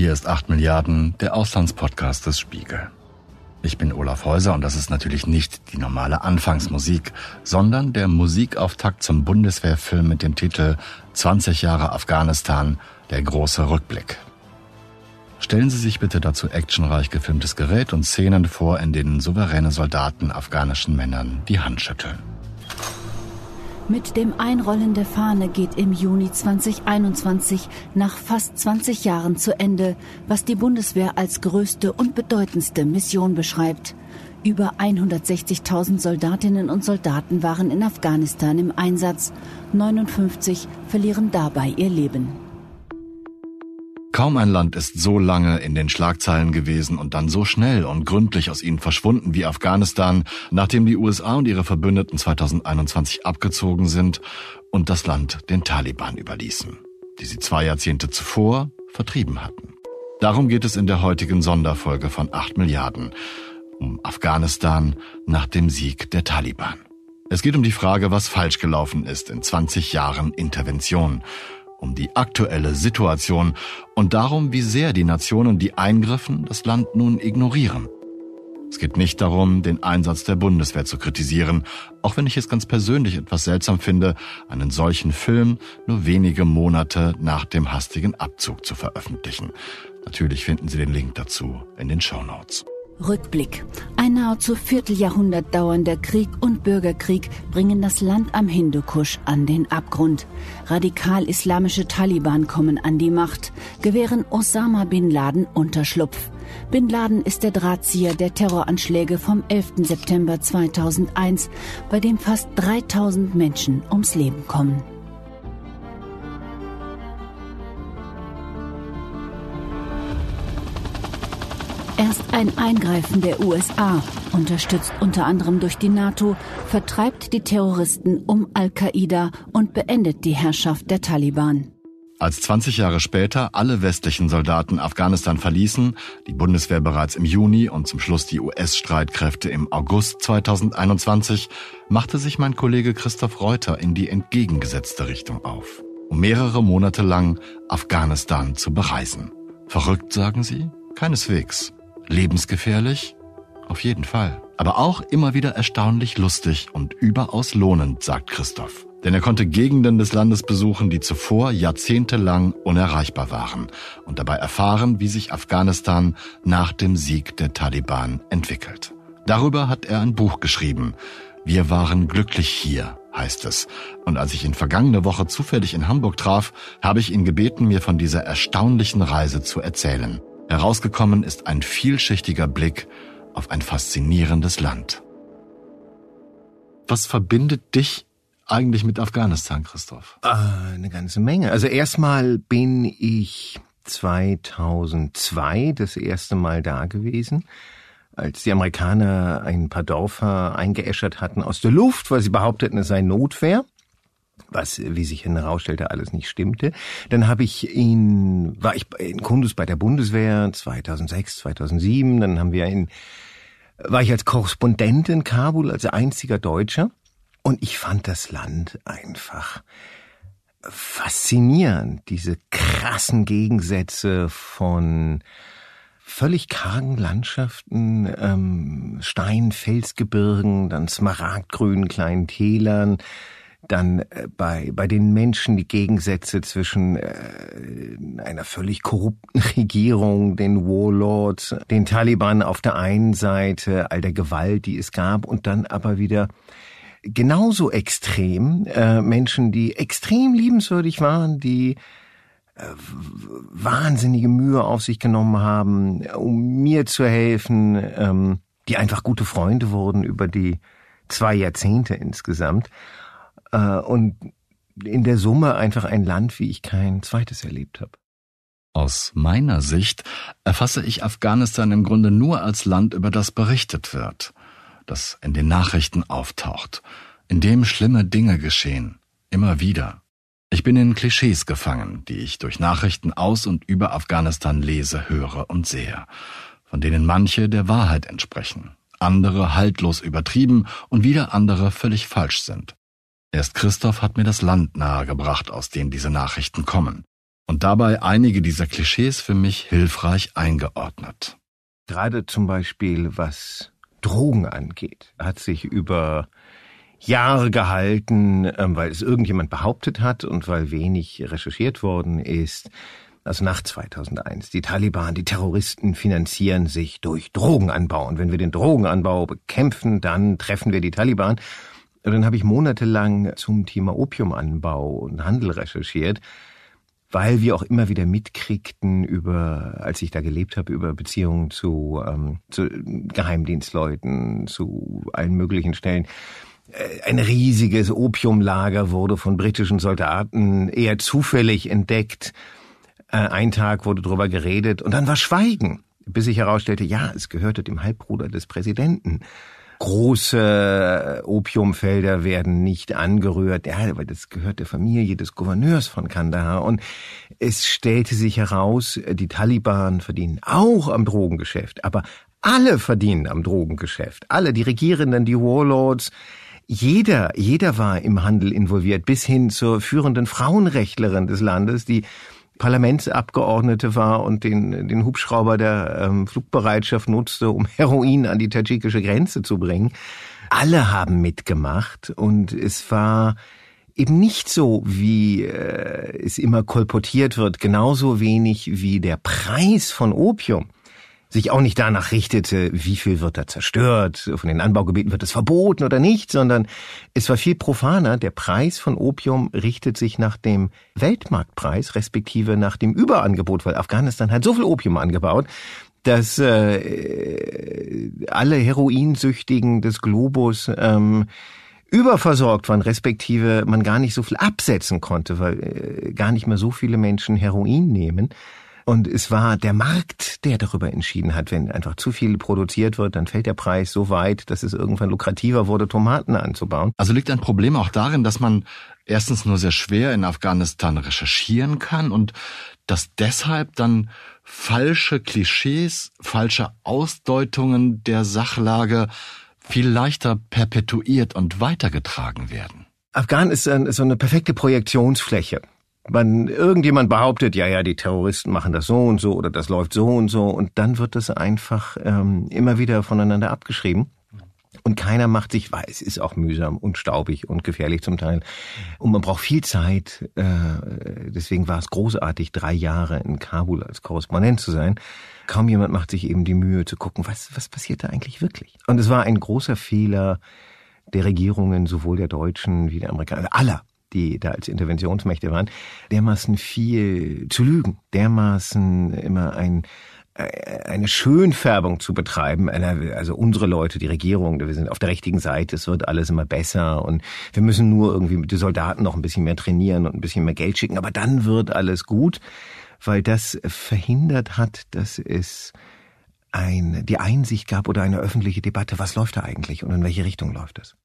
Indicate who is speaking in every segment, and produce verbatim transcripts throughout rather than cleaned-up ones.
Speaker 1: Hier ist acht Milliarden, der Auslandspodcast des Spiegel. Ich bin Olaf Häuser und das ist natürlich nicht die normale Anfangsmusik, sondern der Musikauftakt zum Bundeswehrfilm mit dem Titel zwanzig Jahre Afghanistan, der große Rückblick. Stellen Sie sich bitte dazu actionreich gefilmtes Gerät und Szenen vor, in denen souveräne Soldaten afghanischen Männern die Hand schütteln.
Speaker 2: Mit dem Einrollen der Fahne geht im Juni zweitausendeinundzwanzig nach fast zwanzig Jahren zu Ende, was die Bundeswehr als größte und bedeutendste Mission beschreibt. Über hundertsechzigtausend Soldatinnen und Soldaten waren in Afghanistan im Einsatz. neunundfünfzig verlieren dabei ihr Leben.
Speaker 1: Kaum ein Land ist so lange in den Schlagzeilen gewesen und dann so schnell und gründlich aus ihnen verschwunden wie Afghanistan, nachdem die U S A und ihre Verbündeten zweitausendeinundzwanzig abgezogen sind und das Land den Taliban überließen, die sie zwei Jahrzehnte zuvor vertrieben hatten. Darum geht es in der heutigen Sonderfolge von acht Milliarden, um Afghanistan nach dem Sieg der Taliban. Es geht um die Frage, was falsch gelaufen ist in zwanzig Jahren Intervention, um die aktuelle Situation und darum, wie sehr die Nationen, die eingriffen, das Land nun ignorieren. Es geht nicht darum, den Einsatz der Bundeswehr zu kritisieren, auch wenn ich es ganz persönlich etwas seltsam finde, einen solchen Film nur wenige Monate nach dem hastigen Abzug zu veröffentlichen. Natürlich finden Sie den Link dazu in den Shownotes.
Speaker 2: Rückblick. Ein nahezu Vierteljahrhundert dauernder Krieg und Bürgerkrieg bringen das Land am Hindukusch an den Abgrund. Radikal-islamische Taliban kommen an die Macht, gewähren Osama Bin Laden Unterschlupf. Bin Laden ist der Drahtzieher der Terroranschläge vom elften September zweitausendeins, bei dem fast dreitausend Menschen ums Leben kommen. Erst ein Eingreifen der U S A, unterstützt unter anderem durch die NATO, vertreibt die Terroristen um Al-Qaida und beendet die Herrschaft der Taliban.
Speaker 1: Als zwanzig Jahre später alle westlichen Soldaten Afghanistan verließen, die Bundeswehr bereits im Juni und zum Schluss die U S-Streitkräfte im August zweitausendeinundzwanzig, machte sich mein Kollege Christoph Reuter in die entgegengesetzte Richtung auf, um mehrere Monate lang Afghanistan zu bereisen. Verrückt, sagen Sie? Keineswegs. Lebensgefährlich? Auf jeden Fall. Aber auch immer wieder erstaunlich lustig und überaus lohnend, sagt Christoph. Denn er konnte Gegenden des Landes besuchen, die zuvor jahrzehntelang unerreichbar waren und dabei erfahren, wie sich Afghanistan nach dem Sieg der Taliban entwickelt. Darüber hat er ein Buch geschrieben. Wir waren glücklich hier, heißt es. Und als ich ihn vergangene Woche zufällig in Hamburg traf, habe ich ihn gebeten, mir von dieser erstaunlichen Reise zu erzählen. Herausgekommen ist ein vielschichtiger Blick auf ein faszinierendes Land. Was verbindet dich eigentlich mit Afghanistan, Christoph?
Speaker 3: Äh, eine ganze Menge. Also erstmal bin ich zweitausendzwei das erste Mal da gewesen, als die Amerikaner ein paar Dörfer eingeäschert hatten aus der Luft, weil sie behaupteten, es sei Notwehr. Was, wie sich herausstellte, alles nicht stimmte. Dann habe ich in, war ich in Kunduz bei der Bundeswehr zweitausendsechs, zweitausendsieben. Dann haben wir in, war ich als Korrespondent in Kabul, als einziger Deutscher. Und ich fand das Land einfach faszinierend. Diese krassen Gegensätze von völlig kargen Landschaften, ähm, Stein, Felsgebirgen, dann smaragdgrünen kleinen Tälern. Dann äh, bei bei den Menschen die Gegensätze zwischen äh, einer völlig korrupten Regierung, den Warlords, den Taliban auf der einen Seite, all der Gewalt, die es gab, und dann aber wieder genauso extrem äh, Menschen, die extrem liebenswürdig waren, die äh, wahnsinnige Mühe auf sich genommen haben, um mir zu helfen, ähm, die einfach gute Freunde wurden über die zwei Jahrzehnte insgesamt. Und in der Summe einfach ein Land, wie ich kein zweites erlebt habe.
Speaker 1: Aus meiner Sicht erfasse ich Afghanistan im Grunde nur als Land, über das berichtet wird, das in den Nachrichten auftaucht, in dem schlimme Dinge geschehen, immer wieder. Ich bin in Klischees gefangen, die ich durch Nachrichten aus und über Afghanistan lese, höre und sehe, von denen manche der Wahrheit entsprechen, andere haltlos übertrieben und wieder andere völlig falsch sind. Erst Christoph hat mir das Land nahegebracht, aus dem diese Nachrichten kommen. und dabei einige dieser Klischees für mich hilfreich eingeordnet.
Speaker 3: Gerade zum Beispiel, was Drogen angeht, hat sich über Jahre gehalten, weil es irgendjemand behauptet hat und weil wenig recherchiert worden ist. Also nach zweitausendeins, die Taliban, die Terroristen finanzieren sich durch Drogenanbau. Und wenn wir den Drogenanbau bekämpfen, dann treffen wir die Taliban. Und dann habe ich monatelang zum Thema Opiumanbau und Handel recherchiert, weil wir auch immer wieder mitkriegten über, als ich da gelebt habe, über Beziehungen zu, ähm, zu Geheimdienstleuten, zu allen möglichen Stellen. Ein riesiges Opiumlager wurde von britischen Soldaten eher zufällig entdeckt. Ein Tag wurde drüber geredet und dann war Schweigen, bis sich herausstellte, ja, es gehörte dem Halbbruder des Präsidenten. Große Opiumfelder werden nicht angerührt, ja, weil das gehört der Familie des Gouverneurs von Kandahar. Und es stellte sich heraus, die Taliban verdienen auch am Drogengeschäft, aber alle verdienen am Drogengeschäft. Alle, die Regierenden, die Warlords, jeder, jeder war im Handel involviert, bis hin zur führenden Frauenrechtlerin des Landes, die Parlamentsabgeordnete war und den, den Hubschrauber der ähm, Flugbereitschaft nutzte, um Heroin an die tadschikische Grenze zu bringen. Alle haben mitgemacht und es war eben nicht so, wie äh, es immer kolportiert wird, genauso wenig wie der Preis von Opium sich auch nicht danach richtete, wie viel wird da zerstört, von den Anbaugebieten wird es verboten oder nicht, sondern es war viel profaner. Der Preis von Opium richtet sich nach dem Weltmarktpreis, respektive nach dem Überangebot, weil Afghanistan hat so viel Opium angebaut, dass äh, alle Heroinsüchtigen des Globus ähm, überversorgt waren, respektive man gar nicht so viel absetzen konnte, weil äh, gar nicht mehr so viele Menschen Heroin nehmen. Und es war der Markt, der darüber entschieden hat. Wenn einfach zu viel produziert wird, dann fällt der Preis so weit, dass es irgendwann lukrativer wurde, Tomaten anzubauen.
Speaker 1: Also liegt ein Problem auch darin, dass man erstens nur sehr schwer in Afghanistan recherchieren kann und dass deshalb dann falsche Klischees, falsche Ausdeutungen der Sachlage viel leichter perpetuiert und weitergetragen werden.
Speaker 3: Afghan ist so eine perfekte Projektionsfläche. Man, irgendjemand behauptet, ja, ja, die Terroristen machen das so und so oder das läuft so und so und dann wird das einfach ähm, immer wieder voneinander abgeschrieben und keiner macht sich, weil es ist auch mühsam und staubig und gefährlich zum Teil und man braucht viel Zeit, äh, deswegen war es großartig, drei Jahre in Kabul als Korrespondent zu sein. Kaum jemand macht sich eben die Mühe zu gucken, was, was passiert da eigentlich wirklich. Und es war ein großer Fehler der Regierungen, sowohl der Deutschen wie der Amerikaner, aller, die da als Interventionsmächte waren, dermaßen viel zu lügen, dermaßen immer ein, eine Schönfärbung zu betreiben, also unsere Leute, die Regierung, wir sind auf der richtigen Seite, es wird alles immer besser und wir müssen nur irgendwie mit den Soldaten noch ein bisschen mehr trainieren und ein bisschen mehr Geld schicken, aber dann wird alles gut, weil das verhindert hat, dass es ein, die Einsicht gab oder eine öffentliche Debatte, was läuft da eigentlich und in welche Richtung läuft es.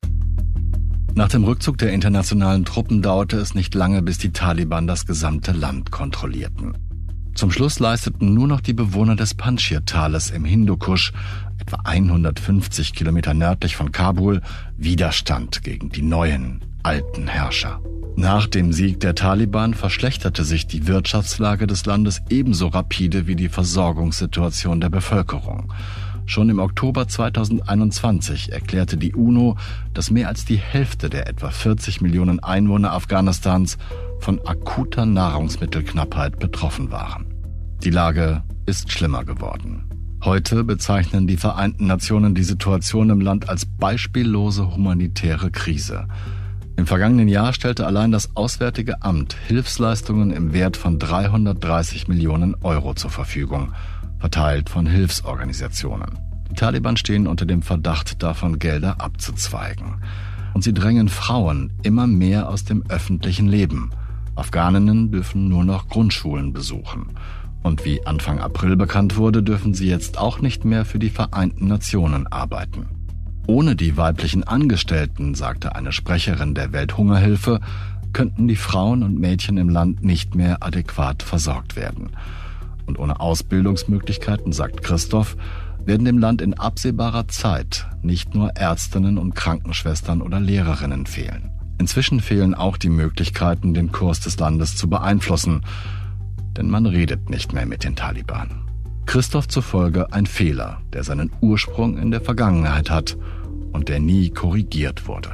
Speaker 1: Nach dem Rückzug der internationalen Truppen dauerte es nicht lange, bis die Taliban das gesamte Land kontrollierten. Zum Schluss leisteten nur noch die Bewohner des Panjshir-Tales im Hindukusch, etwa hundertfünfzig Kilometer nördlich von Kabul, Widerstand gegen die neuen, alten Herrscher. Nach dem Sieg der Taliban verschlechterte sich die Wirtschaftslage des Landes ebenso rapide wie die Versorgungssituation der Bevölkerung. Schon im Oktober zweitausendeinundzwanzig erklärte die UNO, dass mehr als die Hälfte der etwa vierzig Millionen Einwohner Afghanistans von akuter Nahrungsmittelknappheit betroffen waren. Die Lage ist schlimmer geworden. Heute bezeichnen die Vereinten Nationen die Situation im Land als beispiellose humanitäre Krise. Im vergangenen Jahr stellte allein das Auswärtige Amt Hilfsleistungen im Wert von dreihundertdreißig Millionen Euro zur Verfügung, verteilt von Hilfsorganisationen. Die Taliban stehen unter dem Verdacht, davon Gelder abzuzweigen. Und sie drängen Frauen immer mehr aus dem öffentlichen Leben. Afghaninnen dürfen nur noch Grundschulen besuchen. Und wie Anfang April bekannt wurde, dürfen sie jetzt auch nicht mehr für die Vereinten Nationen arbeiten. Ohne die weiblichen Angestellten, sagte eine Sprecherin der Welthungerhilfe, könnten die Frauen und Mädchen im Land nicht mehr adäquat versorgt werden. Und ohne Ausbildungsmöglichkeiten, sagt Christoph, werden dem Land in absehbarer Zeit nicht nur Ärztinnen und Krankenschwestern oder Lehrerinnen fehlen. Inzwischen fehlen auch die Möglichkeiten, den Kurs des Landes zu beeinflussen. denn man redet nicht mehr mit den Taliban. Christoph zufolge ein Fehler, der seinen Ursprung in der Vergangenheit hat und der nie korrigiert wurde.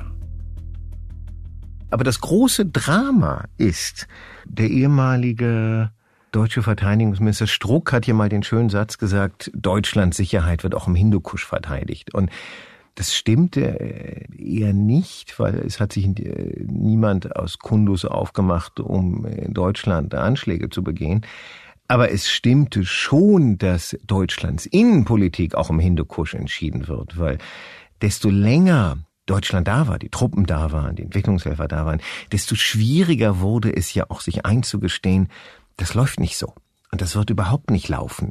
Speaker 3: Aber das große Drama ist, der ehemalige deutsche Verteidigungsminister Struck hat hier mal den schönen Satz gesagt, Deutschlands Sicherheit wird auch im Hindukusch verteidigt. Und das stimmte eher nicht, weil es hat sich niemand aus Kunduz aufgemacht, um in Deutschland Anschläge zu begehen. Aber es stimmte schon, dass Deutschlands Innenpolitik auch im Hindukusch entschieden wird, weil desto länger Deutschland da war, die Truppen da waren, die Entwicklungshelfer da waren, desto schwieriger wurde es ja auch, sich einzugestehen, das läuft nicht so. Und das wird überhaupt nicht laufen.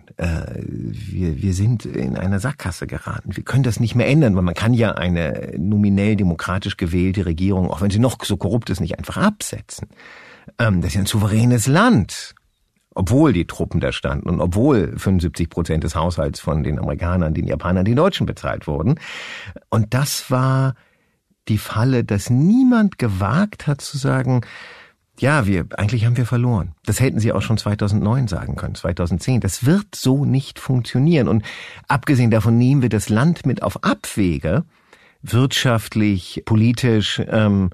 Speaker 3: Wir, wir sind in einer Sackgasse geraten. Wir können das nicht mehr ändern, weil man kann ja eine nominell demokratisch gewählte Regierung, auch wenn sie noch so korrupt ist, nicht einfach absetzen. Das ist ja ein souveränes Land. Obwohl die Truppen da standen und obwohl fünfundsiebzig Prozent des Haushalts von den Amerikanern, den Japanern, den Deutschen bezahlt wurden. Und das war die Falle, dass niemand gewagt hat zu sagen, ja, wir, eigentlich haben wir verloren. Das hätten sie auch schon zweitausendneun sagen können, zweitausendzehn. Das wird so nicht funktionieren. Und abgesehen davon nehmen wir das Land mit auf Abwege, wirtschaftlich, politisch, ähm,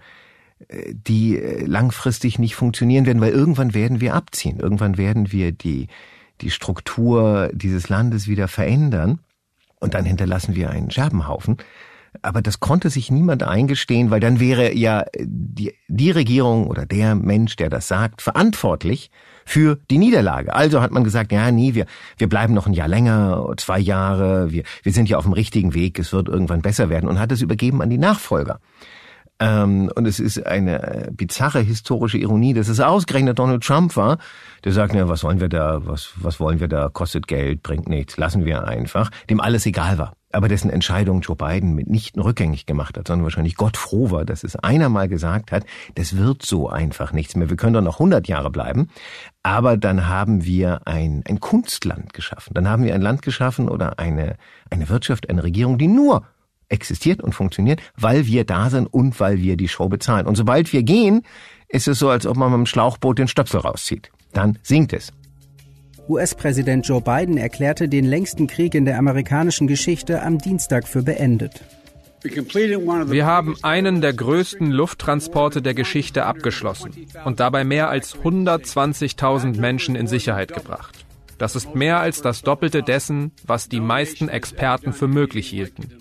Speaker 3: die langfristig nicht funktionieren werden, weil irgendwann werden wir abziehen. Irgendwann werden wir die, die Struktur dieses Landes wieder verändern und dann hinterlassen wir einen Scherbenhaufen. Aber das konnte sich niemand eingestehen, weil dann wäre ja die, die Regierung oder der Mensch, der das sagt, verantwortlich für die Niederlage. Also hat man gesagt, ja, nee, wir, wir bleiben noch ein Jahr länger, zwei Jahre, wir, wir sind ja auf dem richtigen Weg, es wird irgendwann besser werden und hat es übergeben an die Nachfolger. Ähm, und es ist eine bizarre historische Ironie, dass es ausgerechnet Donald Trump war, der sagt, ja, was wollen wir da, was, was wollen wir da, kostet Geld, bringt nichts, lassen wir einfach, dem alles egal war. Aber dessen Entscheidung Joe Biden mitnichten rückgängig gemacht hat, sondern wahrscheinlich Gott froh war, dass es einer mal gesagt hat, das wird so einfach nichts mehr. Wir können doch noch hundert Jahre bleiben. Aber dann haben wir ein, ein Kunstland geschaffen. Dann haben wir ein Land geschaffen oder eine, eine Wirtschaft, eine Regierung, die nur existiert und funktioniert, weil wir da sind und weil wir die Show bezahlen. Und sobald wir gehen, ist es so, als ob man mit dem Schlauchboot den Stöpsel rauszieht. Dann sinkt es.
Speaker 4: U S-Präsident Joe Biden erklärte den längsten Krieg in der amerikanischen Geschichte am Dienstag für beendet.
Speaker 5: Wir haben einen der größten Lufttransporte der Geschichte abgeschlossen und dabei mehr als hundertzwanzigtausend Menschen in Sicherheit gebracht. Das ist mehr als das Doppelte dessen, was die meisten Experten für möglich hielten.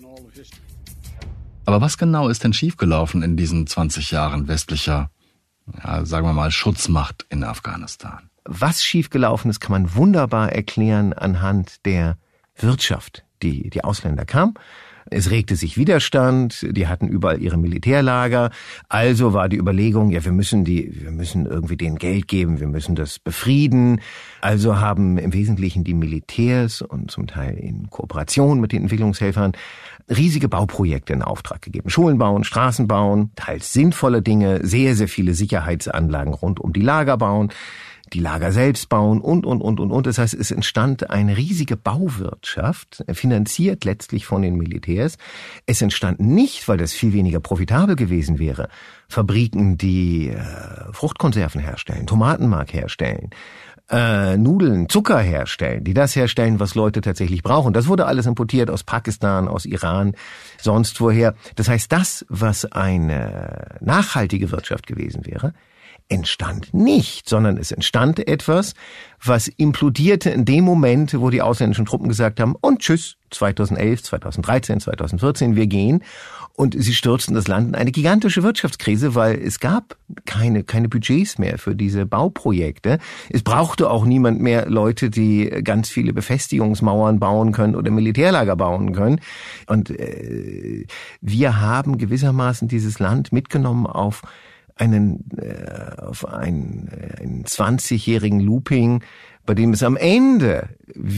Speaker 1: Aber was genau ist denn schiefgelaufen in diesen zwanzig Jahren westlicher, ja, sagen wir mal, Schutzmacht in Afghanistan?
Speaker 3: Was schiefgelaufen ist, kann man wunderbar erklären anhand der Wirtschaft, die die Ausländer kamen. Es regte sich Widerstand, die hatten überall ihre Militärlager. Also war die Überlegung, ja, wir müssen die, wir müssen irgendwie denen Geld geben, wir müssen das befrieden. Also haben im Wesentlichen die Militärs und zum Teil in Kooperation mit den Entwicklungshelfern riesige Bauprojekte in Auftrag gegeben. Schulen bauen, Straßen bauen, teils sinnvolle Dinge, sehr, sehr viele Sicherheitsanlagen rund um die Lager bauen, die Lager selbst bauen und, und, und, und, und. Das heißt, es entstand eine riesige Bauwirtschaft, finanziert letztlich von den Militärs. Es entstand nicht, weil das viel weniger profitabel gewesen wäre, Fabriken, die äh, Fruchtkonserven herstellen, Tomatenmark herstellen, äh, Nudeln, Zucker herstellen, die das herstellen, was Leute tatsächlich brauchen. Das wurde alles importiert aus Pakistan, aus Iran, sonst woher. Das heißt, das, was eine nachhaltige Wirtschaft gewesen wäre, entstand nicht, sondern es entstand etwas, was implodierte in dem Moment, wo die ausländischen Truppen gesagt haben, und tschüss, zweitausendelf, zweitausenddreizehn, zweitausendvierzehn, wir gehen. Und sie stürzten das Land in eine gigantische Wirtschaftskrise, weil es gab keine, keine Budgets mehr für diese Bauprojekte. Es brauchte auch niemand mehr Leute, die ganz viele Befestigungsmauern bauen können oder Militärlager bauen können. Und äh, wir haben gewissermaßen dieses Land mitgenommen auf einen äh, auf einen, einen zwanzigjährigen Looping, bei dem es am Ende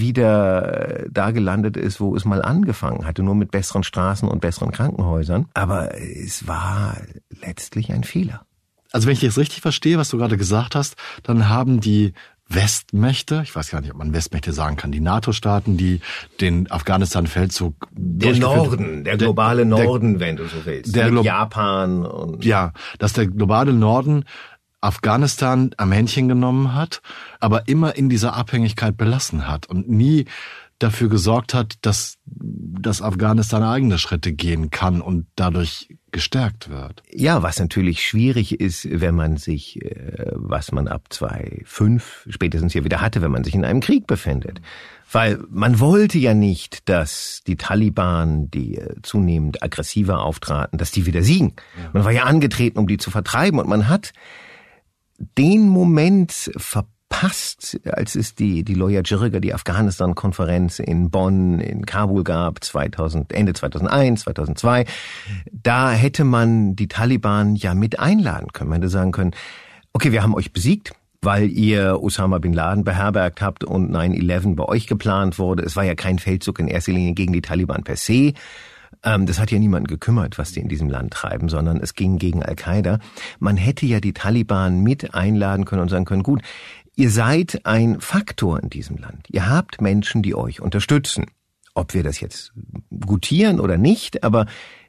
Speaker 3: wieder da gelandet ist, wo es mal angefangen hatte, nur mit besseren Straßen und besseren Krankenhäusern. Aber es war letztlich ein Fehler.
Speaker 1: Also wenn ich das richtig verstehe, was du gerade gesagt hast, dann haben die Westmächte, ich weiß gar nicht, ob man Westmächte sagen kann, die NATO-Staaten, die den Afghanistan-Feldzug
Speaker 3: der Norden, der globale der, Norden, der, wenn du so willst,
Speaker 1: der
Speaker 3: mit
Speaker 1: Glo-
Speaker 3: Japan und
Speaker 1: ja, dass der globale Norden Afghanistan am Händchen genommen hat, aber immer in dieser Abhängigkeit belassen hat und nie dafür gesorgt hat, dass, dass Afghanistan eigene Schritte gehen kann und dadurch gestärkt wird.
Speaker 3: Ja, was natürlich schwierig ist, wenn man sich, was man ab zweitausendfünf spätestens hier wieder hatte, wenn man sich in einem Krieg befindet. Weil man wollte ja nicht, dass die Taliban, die zunehmend aggressiver auftraten, dass die wieder siegen. Ja. Man war ja angetreten, um die zu vertreiben, und man hat den Moment verpasst, passt, als es die, die Loya Jirga, die Afghanistan-Konferenz in Bonn, in Kabul gab, zweitausend, Ende zweitausendeins, zweitausendzwei, da hätte man die Taliban ja mit einladen können. Man hätte sagen können, okay, wir haben euch besiegt, weil ihr Osama Bin Laden beherbergt habt und neun elf bei euch geplant wurde. Es war ja kein Feldzug in erster Linie gegen die Taliban per se. Das hat ja niemanden gekümmert, was die in diesem Land treiben, sondern es ging gegen Al-Qaida. Man hätte ja die Taliban mit einladen können und sagen können, gut, ihr seid ein Faktor in diesem Land. Ihr habt Menschen, die euch unterstützen. Ob wir das jetzt gutieren oder nicht, aber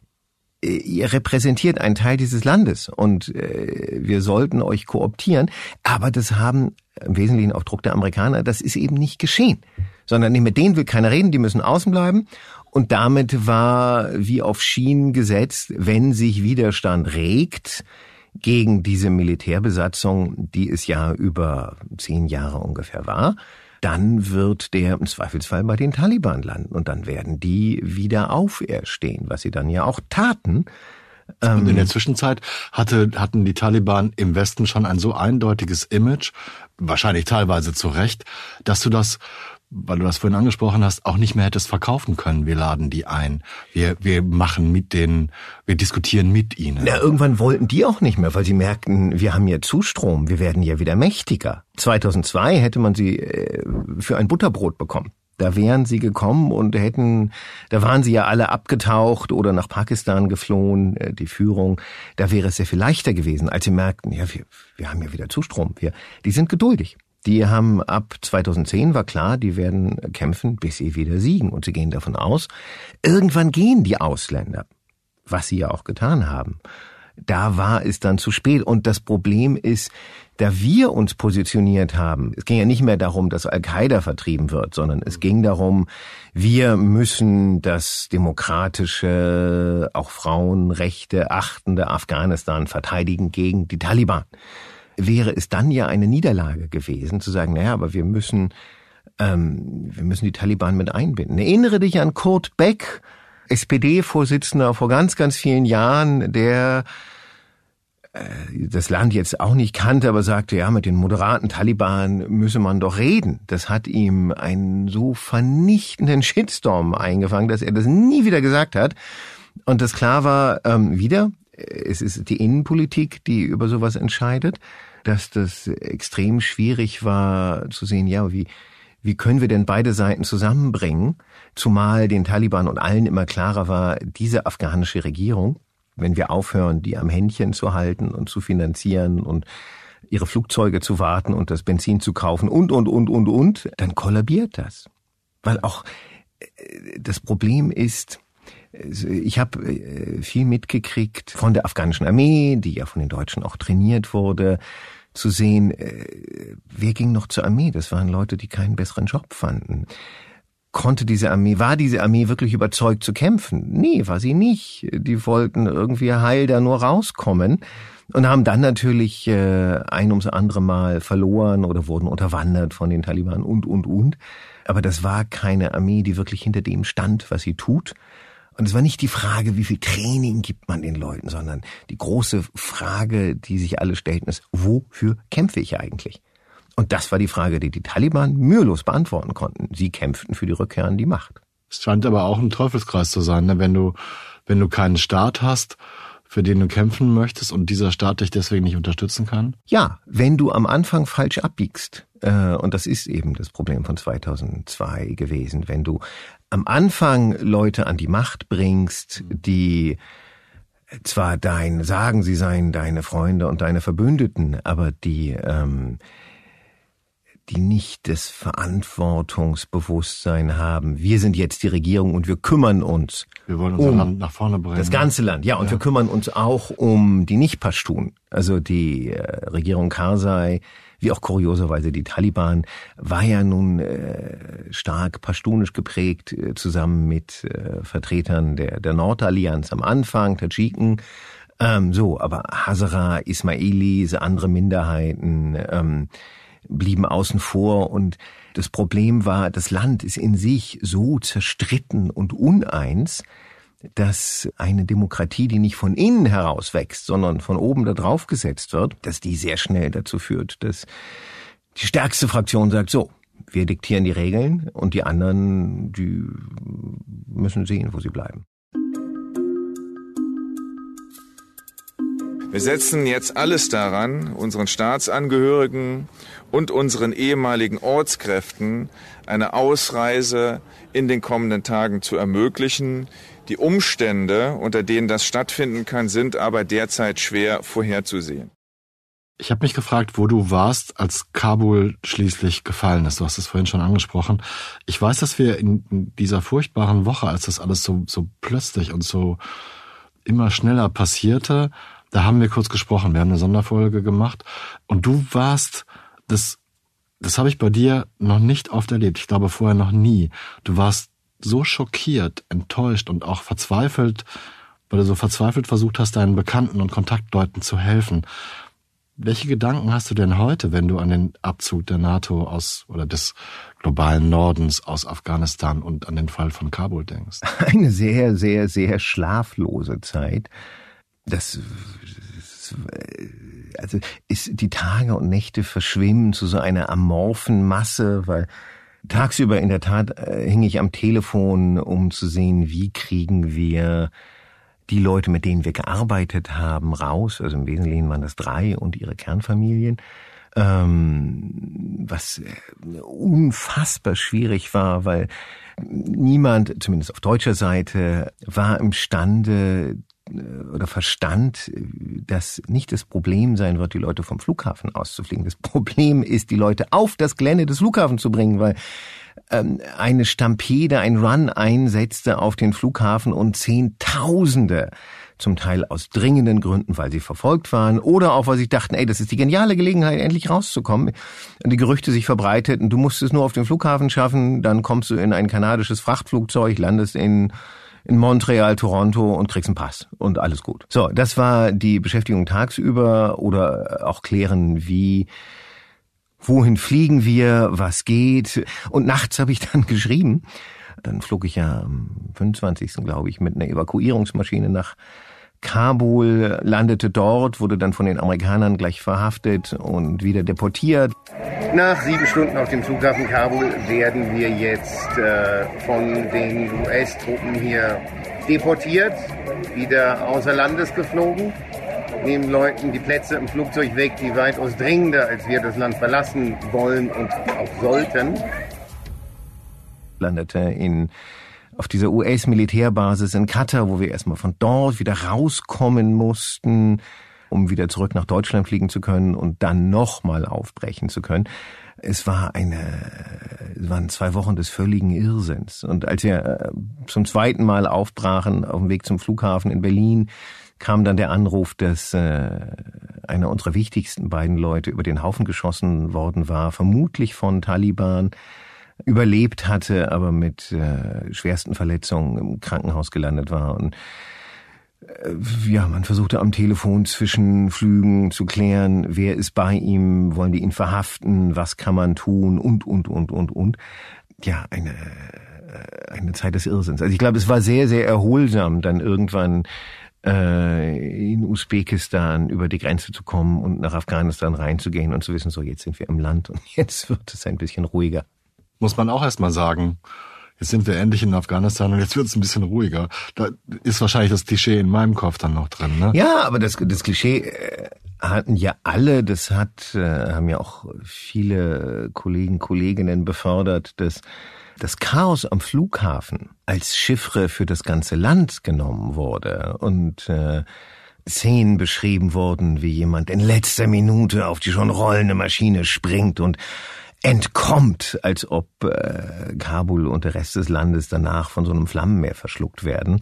Speaker 3: ihr repräsentiert einen Teil dieses Landes und wir sollten euch kooptieren. Aber das haben im Wesentlichen auf Druck der Amerikaner, das ist eben nicht geschehen. Sondern mit denen will keiner reden, die müssen außen bleiben. Und damit war wie auf Schienen gesetzt, wenn sich Widerstand regt gegen diese Militärbesatzung, die es ja über zehn Jahre ungefähr war, dann wird der im Zweifelsfall bei den Taliban landen. Und dann werden die wieder auferstehen, was sie dann ja auch taten.
Speaker 1: Und in der Zwischenzeit hatte, hatten die Taliban im Westen schon ein so eindeutiges Image, wahrscheinlich teilweise zu Recht, dass du das, weil du das vorhin angesprochen hast, auch nicht mehr hättest verkaufen können. Wir laden die ein. Wir, wir machen mit denen, wir diskutieren mit ihnen.
Speaker 3: Na, irgendwann wollten die auch nicht mehr, weil sie merkten, wir haben ja Zustrom, wir werden ja wieder mächtiger. zweitausendzwei hätte man sie äh, für ein Butterbrot bekommen. Da wären sie gekommen und hätten, da waren sie ja alle abgetaucht oder nach Pakistan geflohen, äh, die Führung. Da wäre es sehr viel leichter gewesen, als sie merkten, ja, wir, wir haben ja wieder Zustrom. Wir, die sind geduldig. Die haben ab zweitausendzehn, war klar, die werden kämpfen, bis sie wieder siegen. Und sie gehen davon aus, irgendwann gehen die Ausländer, was sie ja auch getan haben. Da war es dann zu spät. Und das Problem ist, da wir uns positioniert haben, es ging ja nicht mehr darum, dass Al-Qaida vertrieben wird, sondern es ging darum, wir müssen das demokratische, auch Frauenrechte achtende Afghanistan verteidigen gegen die Taliban. Wäre es dann ja eine Niederlage gewesen, zu sagen, naja, aber wir müssen, ähm, wir müssen die Taliban mit einbinden. Erinnere dich an Kurt Beck, S P D-Vorsitzender vor ganz, ganz vielen Jahren, der äh, das Land jetzt auch nicht kannte, aber sagte, ja, mit den moderaten Taliban müsse man doch reden. Das hat ihm einen so vernichtenden Shitstorm eingefangen, dass er das nie wieder gesagt hat. Und das klar war, ähm, wieder, es ist die Innenpolitik, die über sowas entscheidet, dass das extrem schwierig war zu sehen, ja, wie, wie können wir denn beide Seiten zusammenbringen? Zumal den Taliban und allen immer klarer war, diese afghanische Regierung, wenn wir aufhören, die am Händchen zu halten und zu finanzieren und ihre Flugzeuge zu warten und das Benzin zu kaufen und, und, und, und, und, dann kollabiert das. Weil auch das Problem ist, ich habe viel mitgekriegt von der afghanischen Armee, die ja von den Deutschen auch trainiert wurde, zu sehen, wer ging noch zur Armee? Das waren Leute, die keinen besseren Job fanden. Konnte diese Armee, war diese Armee wirklich überzeugt zu kämpfen? Nee, war sie nicht. Die wollten irgendwie heil da nur rauskommen und haben dann natürlich ein ums andere Mal verloren oder wurden unterwandert von den Taliban und, und, und. Aber das war keine Armee, die wirklich hinter dem stand, was sie tut. Und es war nicht die Frage, wie viel Training gibt man den Leuten, sondern die große Frage, die sich alle stellten, ist, wofür kämpfe ich eigentlich? Und das war die Frage, die die Taliban mühelos beantworten konnten. Sie kämpften für die Rückkehr an die Macht.
Speaker 1: Es scheint aber auch ein Teufelskreis zu sein, ne? Wenn du, wenn du keinen Staat hast, für den du kämpfen möchtest und dieser Staat dich deswegen nicht unterstützen kann?
Speaker 3: Ja, wenn du am Anfang falsch abbiegst, äh, und das ist eben das Problem von zweitausendzwei gewesen, wenn du am Anfang Leute an die Macht bringst, die zwar dein, sagen, sie seien deine Freunde und deine Verbündeten, aber die ähm, die nicht das Verantwortungsbewusstsein haben. Wir sind jetzt die Regierung und wir kümmern uns.
Speaker 1: Wir wollen unser
Speaker 3: um
Speaker 1: Land nach vorne bringen.
Speaker 3: Das ganze Land, ja. Und ja. wir kümmern uns auch um die Nicht-Paschtun. Also die äh, Regierung Karzai, wie auch kurioserweise die Taliban, war ja nun äh, stark paschtunisch geprägt, äh, zusammen mit äh, Vertretern der, der Nordallianz am Anfang, Tadschiken. Ähm, so, aber Hazara, Ismailis, andere Minderheiten ähm, blieben außen vor. Und das Problem war, das Land ist in sich so zerstritten und uneins, dass eine Demokratie, die nicht von innen heraus wächst, sondern von oben da drauf gesetzt wird, dass die sehr schnell dazu führt, dass die stärkste Fraktion sagt, so, wir diktieren die Regeln und die anderen, die müssen sehen, wo sie bleiben.
Speaker 6: Wir setzen jetzt alles daran, unseren Staatsangehörigen und unseren ehemaligen Ortskräften eine Ausreise in den kommenden Tagen zu ermöglichen. Die Umstände, unter denen das stattfinden kann, sind aber derzeit schwer vorherzusehen.
Speaker 1: Ich habe mich gefragt, wo du warst, als Kabul schließlich gefallen ist. Du hast es vorhin schon angesprochen. Ich weiß, dass wir in dieser furchtbaren Woche, als das alles so, so plötzlich und so immer schneller passierte, da haben wir kurz gesprochen. Wir haben eine Sonderfolge gemacht. Und du warst, das, das habe ich bei dir noch nicht oft erlebt. Ich glaube vorher noch nie. Du warst so schockiert, enttäuscht und auch verzweifelt, weil du so verzweifelt versucht hast, deinen Bekannten und Kontaktleuten zu helfen. Welche Gedanken hast du denn heute, wenn du an den Abzug der NATO aus oder des globalen Nordens aus Afghanistan und an den Fall von Kabul denkst?
Speaker 3: Eine sehr, sehr, sehr schlaflose Zeit. Das, also ist die Tage und Nächte verschwimmen zu so einer amorphen Masse, weil tagsüber in der Tat äh, hing ich am Telefon, um zu sehen, wie kriegen wir die Leute, mit denen wir gearbeitet haben, raus. Also im Wesentlichen waren das drei und ihre Kernfamilien. Ähm, was unfassbar schwierig war, weil niemand, zumindest auf deutscher Seite, war imstande oder verstand, dass nicht das Problem sein wird, die Leute vom Flughafen auszufliegen. Das Problem ist, die Leute auf das Gelände des Flughafens zu bringen, weil ähm, eine Stampede, ein Run einsetzte auf den Flughafen und Zehntausende, zum Teil aus dringenden Gründen, weil sie verfolgt waren oder auch, weil sie dachten, ey, das ist die geniale Gelegenheit, endlich rauszukommen. Und die Gerüchte sich verbreiteten, du musst es nur auf den Flughafen schaffen, dann kommst du in ein kanadisches Frachtflugzeug, landest in in Montreal, Toronto und kriegst einen Pass und alles gut. So, das war die Beschäftigung tagsüber oder auch klären, wie, wohin fliegen wir, was geht. Und nachts habe ich dann geschrieben. Dann flog ich ja am fünfundzwanzigsten glaube ich, mit einer Evakuierungsmaschine nach Kabul, landete dort, wurde dann von den Amerikanern gleich verhaftet und wieder deportiert.
Speaker 7: Nach sieben Stunden auf dem Flughafen Kabul werden wir jetzt äh, von den U S-Truppen hier deportiert, wieder außer Landes geflogen, nehmen Leuten die Plätze im Flugzeug weg, die weitaus dringender, als wir das Land verlassen wollen und auch sollten.
Speaker 3: Landete in auf dieser U S-Militärbasis in Katar, wo wir erstmal von dort wieder rauskommen mussten, um wieder zurück nach Deutschland fliegen zu können und dann nochmal aufbrechen zu können. Es war eine, es waren zwei Wochen des völligen Irrsinns. Und als wir zum zweiten Mal aufbrachen auf dem Weg zum Flughafen in Berlin, kam dann der Anruf, dass äh, einer unserer wichtigsten beiden Leute über den Haufen geschossen worden war, vermutlich von Taliban, überlebt hatte, aber mit äh, schwersten Verletzungen im Krankenhaus gelandet war. Und äh, ja, man versuchte am Telefon zwischen Flügen zu klären, wer ist bei ihm, wollen die ihn verhaften, was kann man tun und, und, und, und, und. Ja, eine, eine Zeit des Irrsinns. Also ich glaube, es war sehr, sehr erholsam, dann irgendwann äh, in Usbekistan über die Grenze zu kommen und nach Afghanistan reinzugehen und zu wissen, so jetzt sind wir im Land und jetzt wird es ein bisschen ruhiger.
Speaker 1: Muss man auch erstmal sagen, jetzt sind wir endlich in Afghanistan und jetzt wird es ein bisschen ruhiger. Da ist wahrscheinlich das Klischee in meinem Kopf dann noch drin, ne?
Speaker 3: Ja, aber das, das Klischee äh, hatten ja alle, das hat, äh, haben ja auch viele Kollegen, Kolleginnen befördert, dass das Chaos am Flughafen als Chiffre für das ganze Land genommen wurde und äh, Szenen beschrieben wurden, wie jemand in letzter Minute auf die schon rollende Maschine springt und entkommt, als ob äh, Kabul und der Rest des Landes danach von so einem Flammenmeer verschluckt werden.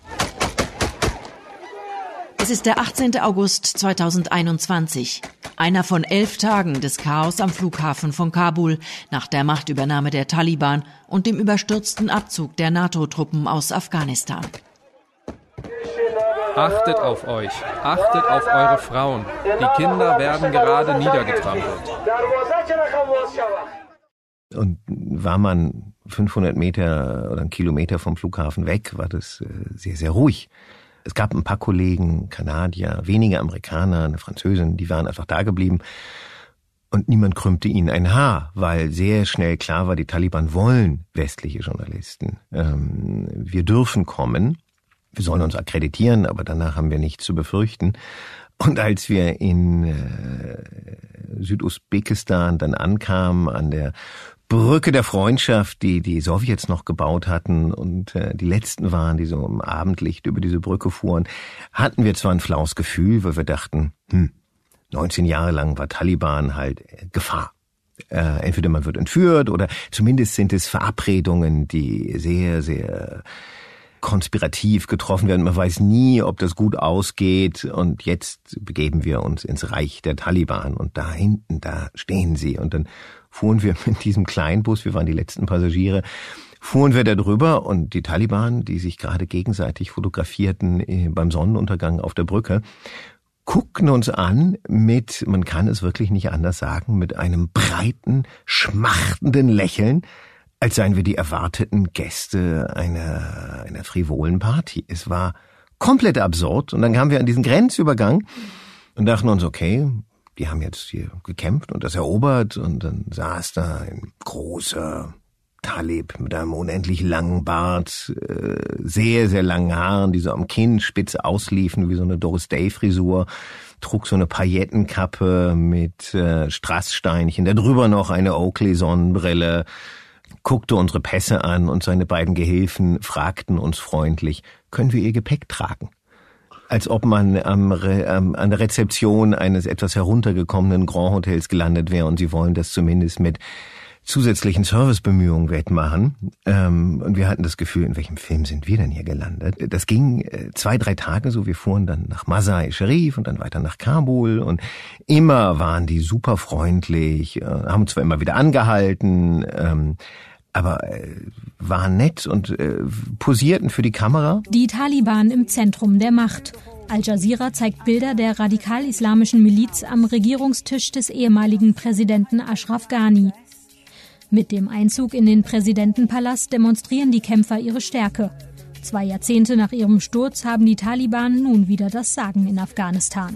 Speaker 8: Es ist der achtzehnten August zweitausendeinundzwanzig. Einer von elf Tagen des Chaos am Flughafen von Kabul nach der Machtübernahme der Taliban und dem überstürzten Abzug der NATO-Truppen aus Afghanistan.
Speaker 5: Achtet auf euch, achtet auf eure Frauen. Die Kinder werden gerade niedergetrampelt.
Speaker 3: Und war man fünfhundert Meter oder einen Kilometer vom Flughafen weg, war das sehr, sehr ruhig. Es gab ein paar Kollegen, Kanadier, wenige Amerikaner, eine Französin, die waren einfach da geblieben. Und niemand krümmte ihnen ein Haar, weil sehr schnell klar war, die Taliban wollen westliche Journalisten. Ähm, wir dürfen kommen. Wir sollen uns akkreditieren, aber danach haben wir nichts zu befürchten. Und als wir in äh, Südusbekistan dann ankamen, an der Brücke der Freundschaft, die die Sowjets noch gebaut hatten und äh, die letzten waren, die so im Abendlicht über diese Brücke fuhren, hatten wir zwar ein flaues Gefühl, weil wir dachten, hm, neunzehn Jahre lang war Taliban halt Gefahr. Äh, entweder man wird entführt oder zumindest sind es Verabredungen, die sehr, sehr konspirativ getroffen werden. Man weiß nie, ob das gut ausgeht. Und jetzt begeben wir uns ins Reich der Taliban. Und da hinten, da stehen sie. Und dann fuhren wir mit diesem Kleinbus, wir waren die letzten Passagiere, fuhren wir da drüber. Und die Taliban, die sich gerade gegenseitig fotografierten beim Sonnenuntergang auf der Brücke, guckten uns an mit, man kann es wirklich nicht anders sagen, mit einem breiten, schmachtenden Lächeln, als seien wir die erwarteten Gäste einer, einer frivolen Party. Es war komplett absurd. Und dann kamen wir an diesen Grenzübergang und dachten uns, okay, die haben jetzt hier gekämpft und das erobert. Und dann saß da ein großer Talib mit einem unendlich langen Bart, sehr, sehr langen Haaren, die so am Kinn spitz ausliefen, wie so eine Doris Day-Frisur, trug so eine Paillettenkappe mit äh, Strasssteinchen, da drüber noch eine Oakley-Sonnenbrille, guckte unsere Pässe an und seine beiden Gehilfen fragten uns freundlich, können wir ihr Gepäck tragen? Als ob man am Re, ähm, an der Rezeption eines etwas heruntergekommenen Grand Hotels gelandet wäre und sie wollen das zumindest mit zusätzlichen Servicebemühungen wettmachen. Ähm, und wir hatten das Gefühl, in welchem Film sind wir denn hier gelandet? Das ging äh, zwei, drei Tage so. Wir fuhren dann nach Masar-e-Sharif und dann weiter nach Kabul. Und immer waren die super freundlich, äh, haben zwar immer wieder angehalten, ähm, aber äh, waren nett und äh, posierten für die Kamera.
Speaker 9: Die Taliban im Zentrum der Macht. Al Jazeera zeigt Bilder der radikal-islamischen Miliz am Regierungstisch des ehemaligen Präsidenten Ashraf Ghani. Mit dem Einzug in den Präsidentenpalast demonstrieren die Kämpfer ihre Stärke. Zwei Jahrzehnte nach ihrem Sturz haben die Taliban nun wieder das Sagen in Afghanistan.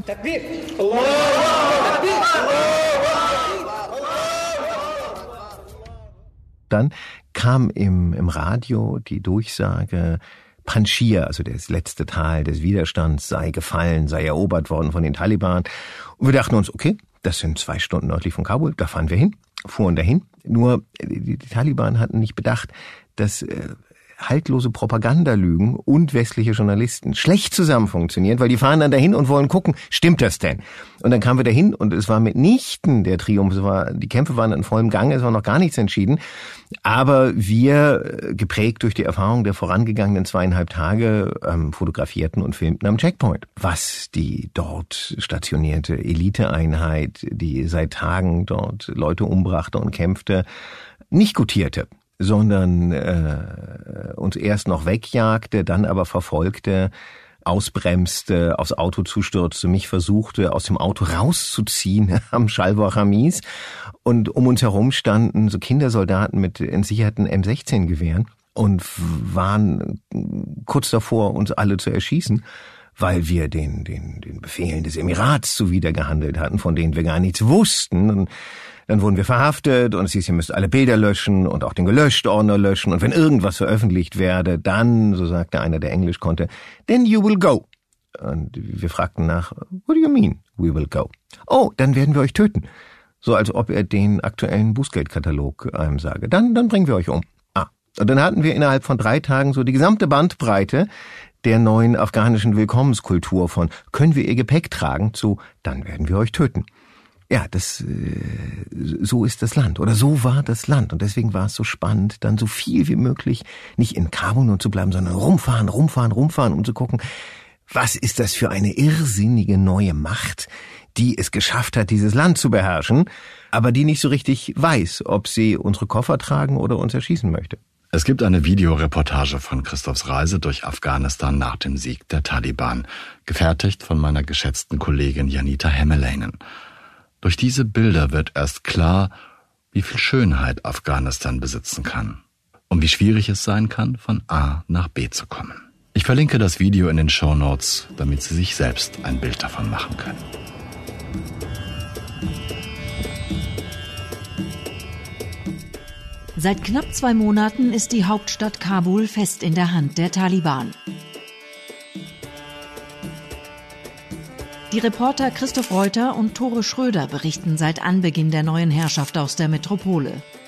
Speaker 3: Dann kam im, im Radio die Durchsage, Panjshir, also das letzte Tal des Widerstands, sei gefallen, sei erobert worden von den Taliban. Und wir dachten uns, okay, das sind zwei Stunden nördlich von Kabul, da fahren wir hin, fuhren dahin. Nur die, die Taliban hatten nicht bedacht, dass äh, haltlose Propagandalügen und westliche Journalisten schlecht zusammen funktionieren, weil die fahren dann dahin und wollen gucken, stimmt das denn? Und dann kamen wir dahin und es war mitnichten der Triumph, es war, die Kämpfe waren in vollem Gange, es war noch gar nichts entschieden, aber wir, geprägt durch die Erfahrung der vorangegangenen zweieinhalb Tage, ähm, fotografierten und filmten am Checkpoint. Was die dort stationierte Eliteeinheit, die seit Tagen dort Leute umbrachte und kämpfte, nicht gutierte, sondern äh, uns erst noch wegjagte, dann aber verfolgte, ausbremste, aufs Auto zustürzte, mich versuchte, aus dem Auto rauszuziehen am Schalwar Hamis. Und um uns herum standen so Kindersoldaten mit entsicherten M sechzehn Gewehren und waren kurz davor, uns alle zu erschießen, weil wir den, den, den Befehlen des Emirats zuwidergehandelt hatten, von denen wir gar nichts wussten. Und dann wurden wir verhaftet und es hieß, ihr müsst alle Bilder löschen und auch den Gelöscht-Ordner löschen. Und wenn irgendwas veröffentlicht werde, dann, so sagte einer, der Englisch konnte, then you will go. Und wir fragten nach, what do you mean, we will go? Oh, dann werden wir euch töten. So als ob er den aktuellen Bußgeldkatalog einem sage. Dann, dann bringen wir euch um. Ah, und dann hatten wir innerhalb von drei Tagen so die gesamte Bandbreite der neuen afghanischen Willkommenskultur von können wir ihr Gepäck tragen zu dann werden wir euch töten. ja, das, so ist das Land oder so war das Land. Und deswegen war es so spannend, dann so viel wie möglich nicht in Kabul nur zu bleiben, sondern rumfahren, rumfahren, rumfahren, um zu gucken, was ist das für eine irrsinnige neue Macht, die es geschafft hat, dieses Land zu beherrschen, aber die nicht so richtig weiß, ob sie unsere Koffer tragen oder uns erschießen möchte.
Speaker 1: Es gibt eine Videoreportage von Christophs Reise durch Afghanistan nach dem Sieg der Taliban, gefertigt von meiner geschätzten Kollegin Janita Hemmeleinen. Durch diese Bilder wird erst klar, wie viel Schönheit Afghanistan besitzen kann und wie schwierig es sein kann, von A nach B zu kommen. Ich verlinke das Video in den Shownotes, damit Sie sich selbst ein Bild davon machen können.
Speaker 8: Seit knapp zwei Monaten ist die Hauptstadt Kabul fest in der Hand der Taliban. Die Reporter Christoph Reuter und Tore Schröder berichten seit Anbeginn der neuen Herrschaft aus der Metropole.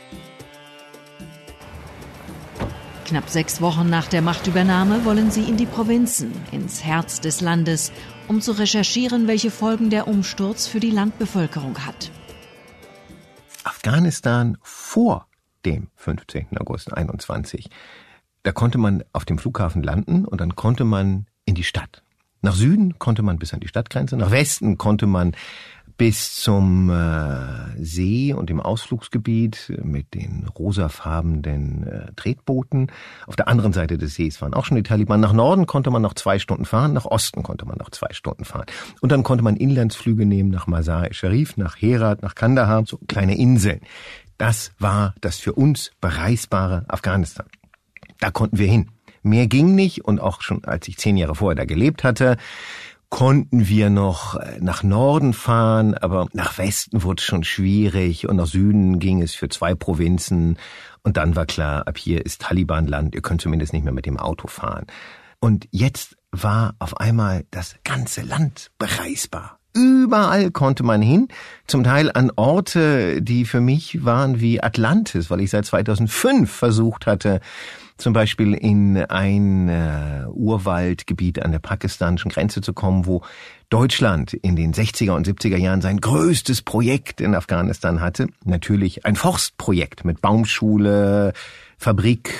Speaker 8: Knapp sechs Wochen nach der Machtübernahme wollen sie in die Provinzen, ins Herz des Landes, um zu recherchieren, welche Folgen der Umsturz für die Landbevölkerung hat.
Speaker 3: Afghanistan vor dem fünfzehnten August einundzwanzig, da konnte man auf dem Flughafen landen und dann konnte man in die Stadt. Nach Süden konnte man bis an die Stadtgrenze, nach Westen konnte man bis zum äh, See und dem Ausflugsgebiet mit den rosafarbenen äh, Tretbooten. Auf der anderen Seite des Sees waren auch schon die Taliban. Nach Norden konnte man noch zwei Stunden fahren, nach Osten konnte man noch zwei Stunden fahren. Und dann konnte man Inlandsflüge nehmen nach Mazar-e-Sharif, nach Herat, nach Kandahar, so kleine Inseln. Das war das für uns bereisbare Afghanistan. Da konnten wir hin. Mehr ging nicht und auch schon als ich zehn Jahre vorher da gelebt hatte, konnten wir noch nach Norden fahren, aber nach Westen wurde es schon schwierig und nach Süden ging es für zwei Provinzen und dann war klar, ab hier ist Taliban-Land, ihr könnt zumindest nicht mehr mit dem Auto fahren. Und jetzt war auf einmal das ganze Land bereisbar. Überall konnte man hin, zum Teil an Orte, die für mich waren wie Atlantis, weil ich seit zweitausendfünf versucht hatte, zum Beispiel in ein äh, Urwaldgebiet an der pakistanischen Grenze zu kommen, wo Deutschland in den sechziger und siebziger Jahren sein größtes Projekt in Afghanistan hatte. Natürlich ein Forstprojekt mit Baumschule, Fabrik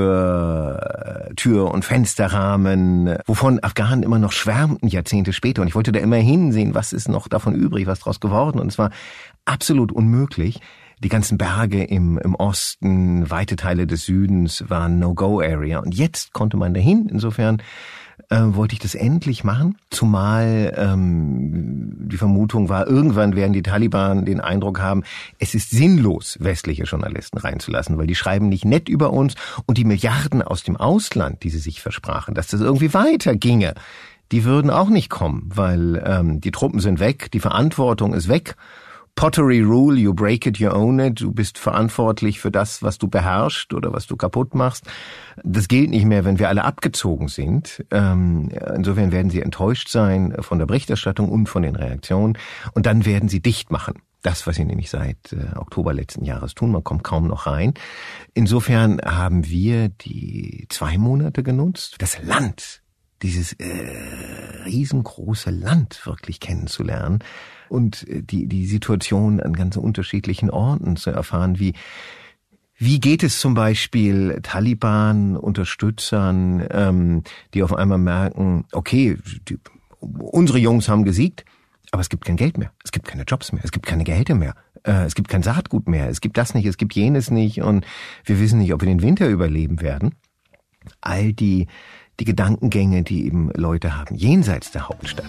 Speaker 3: für Tür- und Fensterrahmen, wovon Afghanen immer noch schwärmten Jahrzehnte später. Und ich wollte da immer hinsehen, was ist noch davon übrig, was draus geworden. Und es war absolut unmöglich. Die ganzen Berge im, im Osten, weite Teile des Südens waren No-Go-Area. Und jetzt konnte man dahin. Insofern äh, wollte ich das endlich machen. Zumal ähm, die Vermutung war, irgendwann werden die Taliban den Eindruck haben, es ist sinnlos, westliche Journalisten reinzulassen, weil die schreiben nicht nett über uns. Und die Milliarden aus dem Ausland, die sie sich versprachen, dass das irgendwie weiterginge, die würden auch nicht kommen, weil ähm, die Truppen sind weg, die Verantwortung ist weg. Pottery Rule, you break it, you own it. Du bist verantwortlich für das, was du beherrschst oder was du kaputt machst. Das gilt nicht mehr, wenn wir alle abgezogen sind. Insofern werden sie enttäuscht sein von der Berichterstattung und von den Reaktionen. Und dann werden sie dicht machen. Das, was sie nämlich seit Oktober letzten Jahres tun. Man kommt kaum noch rein. Insofern haben wir die zwei Monate genutzt, das Land, dieses äh, riesengroße Land wirklich kennenzulernen. Und die, die Situation an ganz unterschiedlichen Orten zu erfahren, wie, wie geht es zum Beispiel Taliban-Unterstützern, ähm, die auf einmal merken, okay, die, unsere Jungs haben gesiegt, aber es gibt kein Geld mehr, es gibt keine Jobs mehr, es gibt keine Gehälter mehr, äh, es gibt kein Saatgut mehr, es gibt das nicht, es gibt jenes nicht und wir wissen nicht, ob wir den Winter überleben werden. All die, die Gedankengänge, die eben Leute haben, jenseits der Hauptstadt.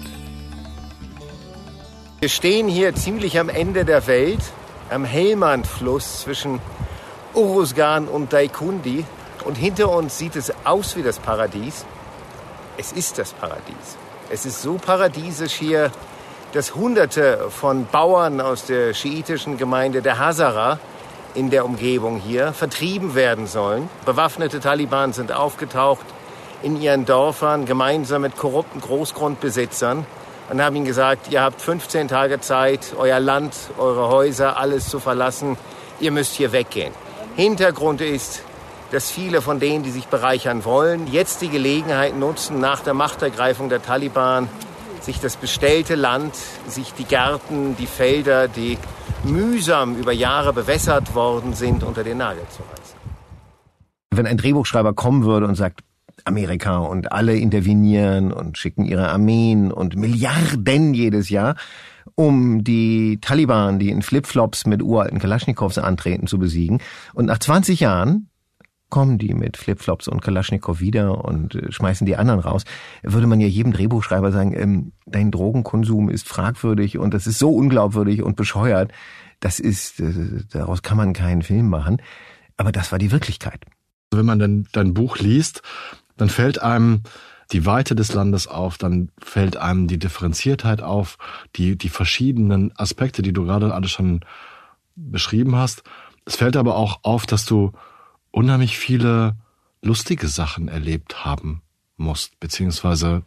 Speaker 3: Wir stehen hier ziemlich am Ende der Welt, am Helmand-Fluss zwischen Uruzgan und Daikundi. Und hinter uns sieht es aus wie das Paradies. Es ist das Paradies. Es ist so paradiesisch hier, dass Hunderte von Bauern aus der schiitischen Gemeinde der Hazara in der Umgebung hier vertrieben werden sollen. Bewaffnete Taliban sind aufgetaucht in ihren Dörfern, gemeinsam mit korrupten Großgrundbesitzern. Und haben ihnen gesagt, ihr habt fünfzehn Tage Zeit, euer Land, eure Häuser, alles zu verlassen. Ihr müsst hier weggehen. Hintergrund ist, dass viele von denen, die sich bereichern wollen, jetzt die Gelegenheit nutzen, nach der Machtergreifung der Taliban sich das bestellte Land, sich die Gärten, die Felder, die mühsam über Jahre bewässert worden sind, unter den Nagel zu reißen. Wenn ein Drehbuchschreiber kommen würde und sagt, Amerika und alle intervenieren und schicken ihre Armeen und Milliarden jedes Jahr, um die Taliban, die in Flipflops mit uralten Kalaschnikows antreten, zu besiegen. Und nach zwanzig Jahren kommen die mit Flipflops und Kalaschnikow wieder und äh, schmeißen die anderen raus. Würde man ja jedem Drehbuchschreiber sagen, ähm, dein Drogenkonsum ist fragwürdig und das ist so unglaubwürdig und bescheuert. Das ist, äh, daraus kann man keinen Film machen. Aber das war die Wirklichkeit.
Speaker 1: Wenn man dann dein Buch liest, dann fällt einem die Weite des Landes auf, dann fällt einem die Differenziertheit auf, die, die verschiedenen Aspekte, die du gerade alle schon beschrieben hast. Es fällt aber auch auf, dass du unheimlich viele lustige Sachen erlebt haben musst, beziehungsweise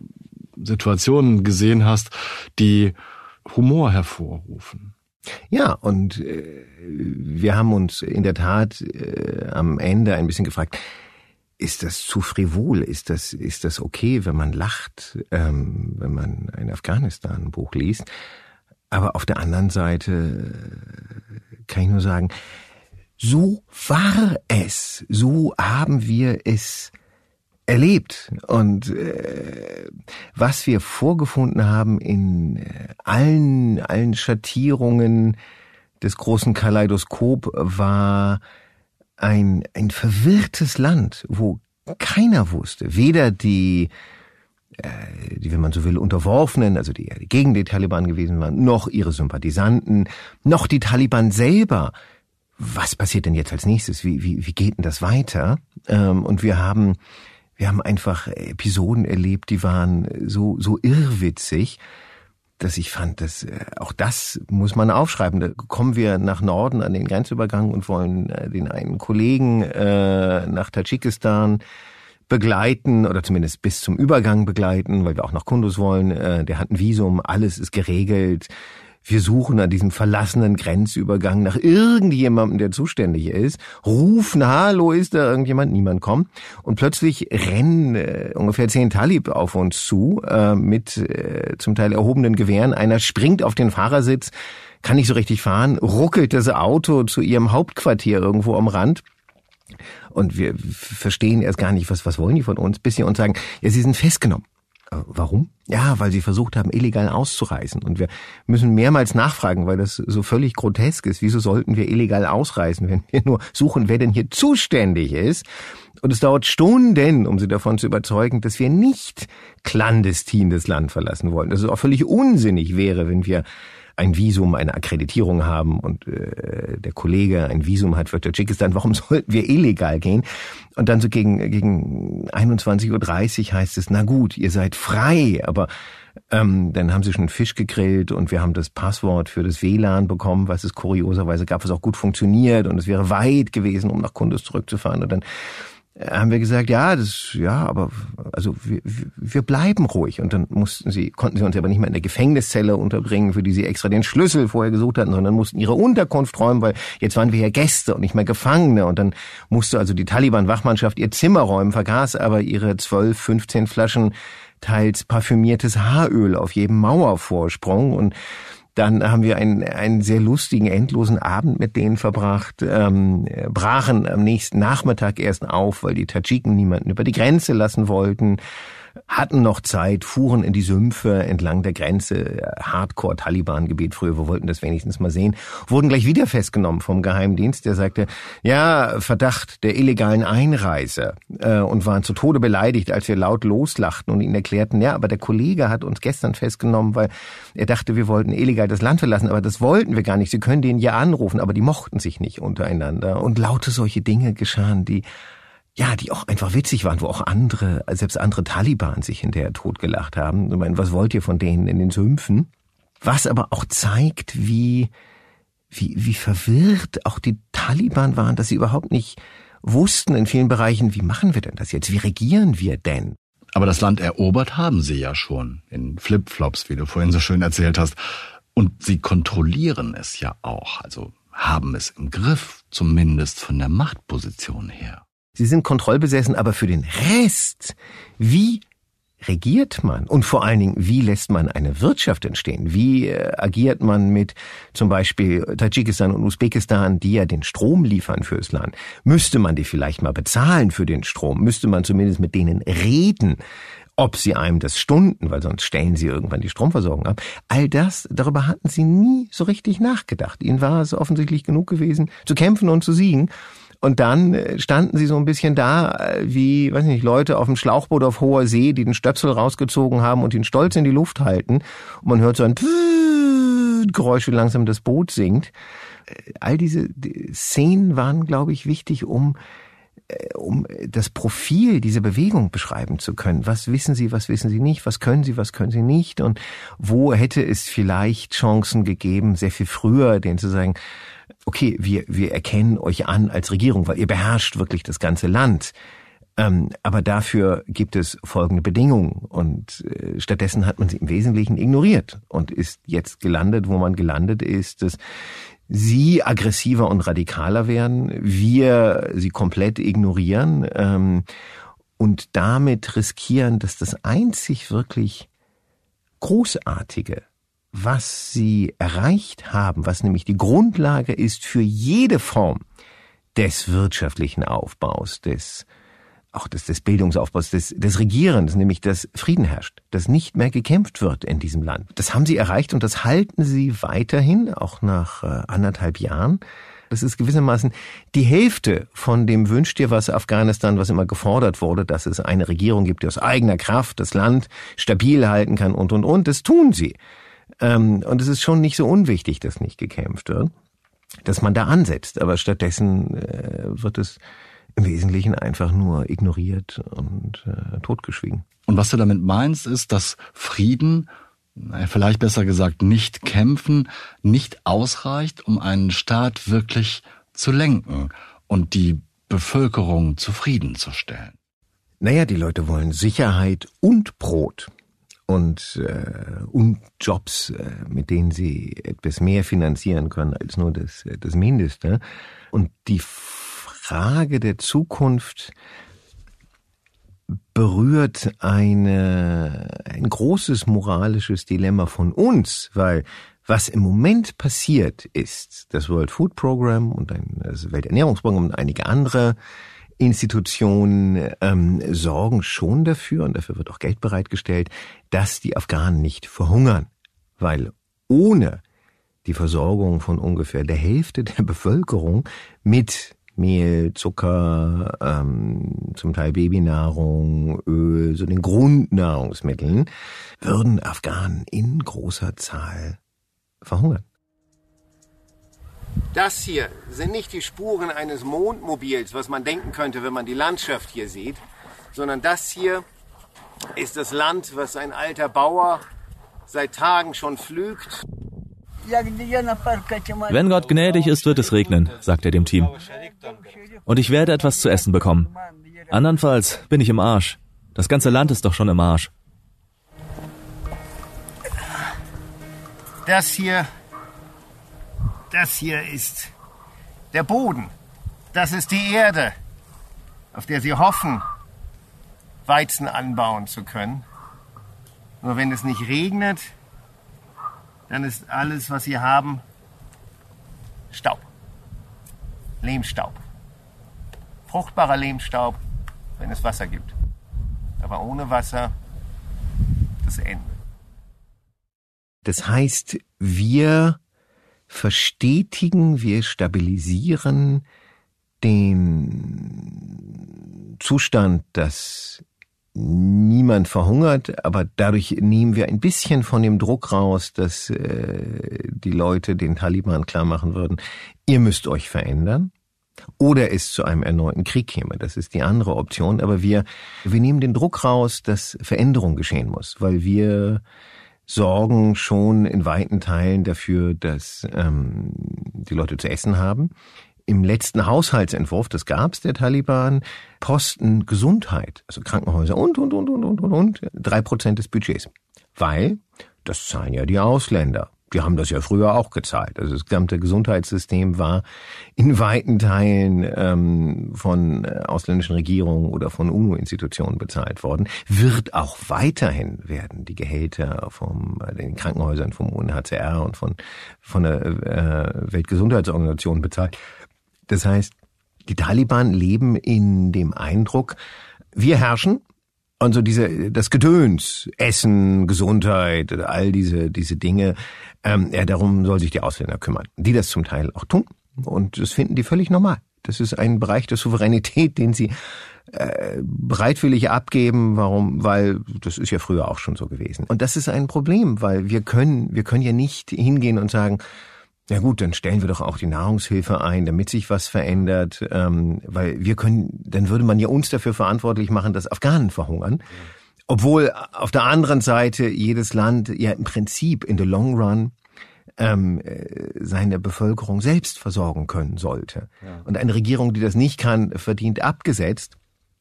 Speaker 1: Situationen gesehen hast, die Humor hervorrufen.
Speaker 3: Ja, und äh, wir haben uns in der Tat äh, am Ende ein bisschen gefragt, ist das zu frivol? Ist das, ist das okay, wenn man lacht, ähm, wenn man ein Afghanistan-Buch liest? Aber auf der anderen Seite kann ich nur sagen, so war es, so haben wir es erlebt. Und äh, was wir vorgefunden haben in allen, allen Schattierungen des großen Kaleidoskop war ein, ein verwirrtes Land, wo keiner wusste, weder die, äh, die, wenn man so will, Unterworfenen, also die, die gegen die Taliban gewesen waren, noch ihre Sympathisanten, noch die Taliban selber. Was passiert denn jetzt als nächstes? Wie, wie, wie geht denn das weiter? Ähm, und wir haben, wir haben einfach Episoden erlebt, die waren so, so irrwitzig, dass ich fand, dass äh, auch das muss man aufschreiben. Da kommen wir nach Norden an den Grenzübergang und wollen äh, den einen Kollegen äh, nach Tadschikistan begleiten oder zumindest bis zum Übergang begleiten, weil wir auch nach Kunduz wollen. Äh, der hat ein Visum, alles ist geregelt. Wir suchen an diesem verlassenen Grenzübergang nach irgendjemandem, der zuständig ist, rufen, hallo, ist da irgendjemand? Niemand kommt. Und plötzlich rennen äh, ungefähr zehn Talib auf uns zu, äh, mit äh, zum Teil erhobenen Gewehren. Einer springt auf den Fahrersitz, kann nicht so richtig fahren, ruckelt das Auto zu ihrem Hauptquartier irgendwo am Rand. Und wir verstehen erst gar nicht, was, was wollen die von uns, bis sie uns sagen, ja, sie sind festgenommen. Warum? Ja, weil sie versucht haben, illegal auszureisen. Und wir müssen mehrmals nachfragen, weil das so völlig grotesk ist. Wieso sollten wir illegal ausreisen, wenn wir nur suchen, wer denn hier zuständig ist? Und es dauert Stunden, um sie davon zu überzeugen, dass wir nicht clandestin das Land verlassen wollen. Dass es auch völlig unsinnig wäre, wenn wir ein Visum, eine Akkreditierung haben und äh, der Kollege ein Visum hat für Tadschikistan, warum sollten wir illegal gehen? Und dann so gegen gegen einundzwanzig Uhr dreißig heißt es, na gut, ihr seid frei, aber ähm, dann haben sie schon Fisch gegrillt und wir haben das Passwort für das W L A N bekommen, was es kurioserweise gab, was auch gut funktioniert und es wäre weit gewesen, um nach Kunduz zurückzufahren. Und dann haben wir gesagt, ja, das, ja, aber, also, wir, wir bleiben ruhig. Und dann mussten sie, konnten sie uns aber nicht mehr in der Gefängniszelle unterbringen, für die sie extra den Schlüssel vorher gesucht hatten, sondern mussten ihre Unterkunft räumen, weil jetzt waren wir ja Gäste und nicht mehr Gefangene. Und dann musste also die Taliban-Wachmannschaft ihr Zimmer räumen, vergaß aber ihre zwölf, fünfzehn Flaschen teils parfümiertes Haaröl auf jedem Mauervorsprung. Und dann haben wir einen, einen sehr lustigen, endlosen Abend mit denen verbracht, ähm, brachen am nächsten Nachmittag erst auf, weil die Tadschiken niemanden über die Grenze lassen wollten, hatten noch Zeit, fuhren in die Sümpfe entlang der Grenze, Hardcore-Taliban-Gebiet früher, wir wollten das wenigstens mal sehen, wurden gleich wieder festgenommen vom Geheimdienst, der sagte, ja, Verdacht der illegalen Einreise, äh, und waren zu Tode beleidigt, als wir laut loslachten und ihnen erklärten, ja, aber der Kollege hat uns gestern festgenommen, weil er dachte, wir wollten illegal das Land verlassen, aber das wollten wir gar nicht, sie können den ja anrufen, aber die mochten sich nicht untereinander und lauter solche Dinge geschahen, die ja, die auch einfach witzig waren, wo auch andere, selbst andere Taliban sich hinterher totgelacht haben. Ich meine, was wollt ihr von denen in den Sümpfen? Was aber auch zeigt, wie, wie, wie verwirrt auch die Taliban waren, dass sie überhaupt nicht wussten in vielen Bereichen, wie machen wir denn das jetzt? Wie regieren wir denn?
Speaker 1: Aber das Land erobert haben sie ja schon in Flipflops, wie du vorhin so schön erzählt hast. Und sie kontrollieren es ja auch, also haben es im Griff, zumindest von der Machtposition her.
Speaker 3: Sie sind kontrollbesessen, aber für den Rest, wie regiert man? Und vor allen Dingen, wie lässt man eine Wirtschaft entstehen? Wie äh, agiert man mit zum Beispiel Tadschikistan und Usbekistan, die ja den Strom liefern fürs Land? Müsste man die vielleicht mal bezahlen für den Strom? Müsste man zumindest mit denen reden, ob sie einem das stunden, weil sonst stellen sie irgendwann die Stromversorgung ab. All das, darüber hatten sie nie so richtig nachgedacht. Ihnen war es offensichtlich genug gewesen, zu kämpfen und zu siegen. Und dann standen sie so ein bisschen da, wie, weiß nicht, Leute auf dem Schlauchboot auf hoher See, die den Stöpsel rausgezogen haben und ihn stolz in die Luft halten. Und man hört so ein Geräusch, wie langsam das Boot sinkt. All diese Szenen waren, glaube ich, wichtig, um um das Profil dieser Bewegung beschreiben zu können. Was wissen Sie, was wissen Sie nicht, was können Sie, was können Sie nicht und wo hätte es vielleicht Chancen gegeben, sehr viel früher denen zu sagen, okay, wir wir erkennen euch an als Regierung, weil ihr beherrscht wirklich das ganze Land. Ähm, aber dafür gibt es folgende Bedingungen und äh, stattdessen hat man sie im Wesentlichen ignoriert und ist jetzt gelandet, wo man gelandet ist, dass sie aggressiver und radikaler werden, wir sie komplett ignorieren ähm, und damit riskieren, dass das einzig wirklich Großartige, was sie erreicht haben, was nämlich die Grundlage ist für jede Form des wirtschaftlichen Aufbaus, des auch des, des Bildungsaufbaus, des, des Regierens, nämlich dass Frieden herrscht, dass nicht mehr gekämpft wird in diesem Land. Das haben sie erreicht und das halten sie weiterhin, auch nach äh, anderthalb Jahren. Das ist gewissermaßen die Hälfte von dem Wünsch dir was Afghanistan, was immer gefordert wurde, dass es eine Regierung gibt, die aus eigener Kraft das Land stabil halten kann und, und, und. Das tun sie. Ähm, und es ist schon nicht so unwichtig, dass nicht gekämpft wird, dass man da ansetzt. Aber stattdessen äh, wird es im Wesentlichen einfach nur ignoriert und äh, totgeschwiegen.
Speaker 1: Und was du damit meinst, ist, dass Frieden, vielleicht besser gesagt nicht kämpfen, nicht ausreicht, um einen Staat wirklich zu lenken und die Bevölkerung zufriedenzustellen.
Speaker 3: Naja, die Leute wollen Sicherheit und Brot und, äh, und Jobs, äh, mit denen sie etwas mehr finanzieren können als nur das, das Mindeste. Und die Frage der Zukunft berührt eine, ein großes moralisches Dilemma von uns, weil was im Moment passiert ist, das World Food Program und das Welternährungsprogramm und einige andere Institutionen ähm, sorgen schon dafür, und dafür wird auch Geld bereitgestellt, dass die Afghanen nicht verhungern, weil ohne die Versorgung von ungefähr der Hälfte der Bevölkerung mit Mehl, Zucker, ähm, zum Teil Babynahrung, Öl, so den Grundnahrungsmitteln, würden Afghanen in großer Zahl verhungern.
Speaker 7: Das hier sind nicht die Spuren eines Mondmobils, was man denken könnte, wenn man die Landschaft hier sieht, sondern das hier ist das Land, was ein alter Bauer seit Tagen schon pflügt.
Speaker 10: Wenn Gott gnädig ist, wird es regnen, sagt er dem Team. Und ich werde etwas zu essen bekommen. Andernfalls bin ich im Arsch. Das ganze Land ist doch schon im Arsch.
Speaker 7: Das hier, das hier ist der Boden. Das ist die Erde, auf der sie hoffen, Weizen anbauen zu können. Nur wenn es nicht regnet, dann ist alles, was sie haben, Staub. Lehmstaub. Fruchtbarer Lehmstaub, wenn es Wasser gibt. Aber ohne Wasser das Ende.
Speaker 3: Das heißt, wir verstetigen, wir stabilisieren den Zustand, dass niemand verhungert, aber dadurch nehmen wir ein bisschen von dem Druck raus, dass äh, die Leute den Taliban klar machen würden, ihr müsst euch verändern oder es zu einem erneuten Krieg käme. Das ist die andere Option, aber wir, wir nehmen den Druck raus, dass Veränderung geschehen muss, weil wir sorgen schon in weiten Teilen dafür, dass ähm, die Leute zu essen haben. Im letzten Haushaltsentwurf, das gab's der Taliban, Posten Gesundheit, also Krankenhäuser und, und, und, und, und, und, und, drei Prozent des Budgets. Weil, das zahlen ja die Ausländer. Die haben das ja früher auch gezahlt. Also das gesamte Gesundheitssystem war in weiten Teilen ähm, von ausländischen Regierungen oder von UNO-Institutionen bezahlt worden. Wird auch weiterhin werden die Gehälter vom den Krankenhäusern vom U N H C R und von von der äh, Weltgesundheitsorganisation bezahlt. Das heißt, die Taliban leben in dem Eindruck, wir herrschen. Und so diese, das Gedöns, Essen, Gesundheit, all diese, diese Dinge, ähm, ja, darum soll sich die Ausländer kümmern. Die das zum Teil auch tun. Und das finden die völlig normal. Das ist ein Bereich der Souveränität, den sie äh, bereitwillig abgeben. Warum? Weil das ist ja früher auch schon so gewesen. Und das ist ein Problem, weil wir können, wir können ja nicht hingehen und sagen, ja gut, dann stellen wir doch auch die Nahrungshilfe ein, damit sich was verändert, ähm, weil wir können, dann würde man ja uns dafür verantwortlich machen, dass Afghanen verhungern. Ja. Obwohl auf der anderen Seite jedes Land ja im Prinzip in the long run ähm, seine Bevölkerung selbst versorgen können sollte. Ja. Und eine Regierung, die das nicht kann, verdient abgesetzt.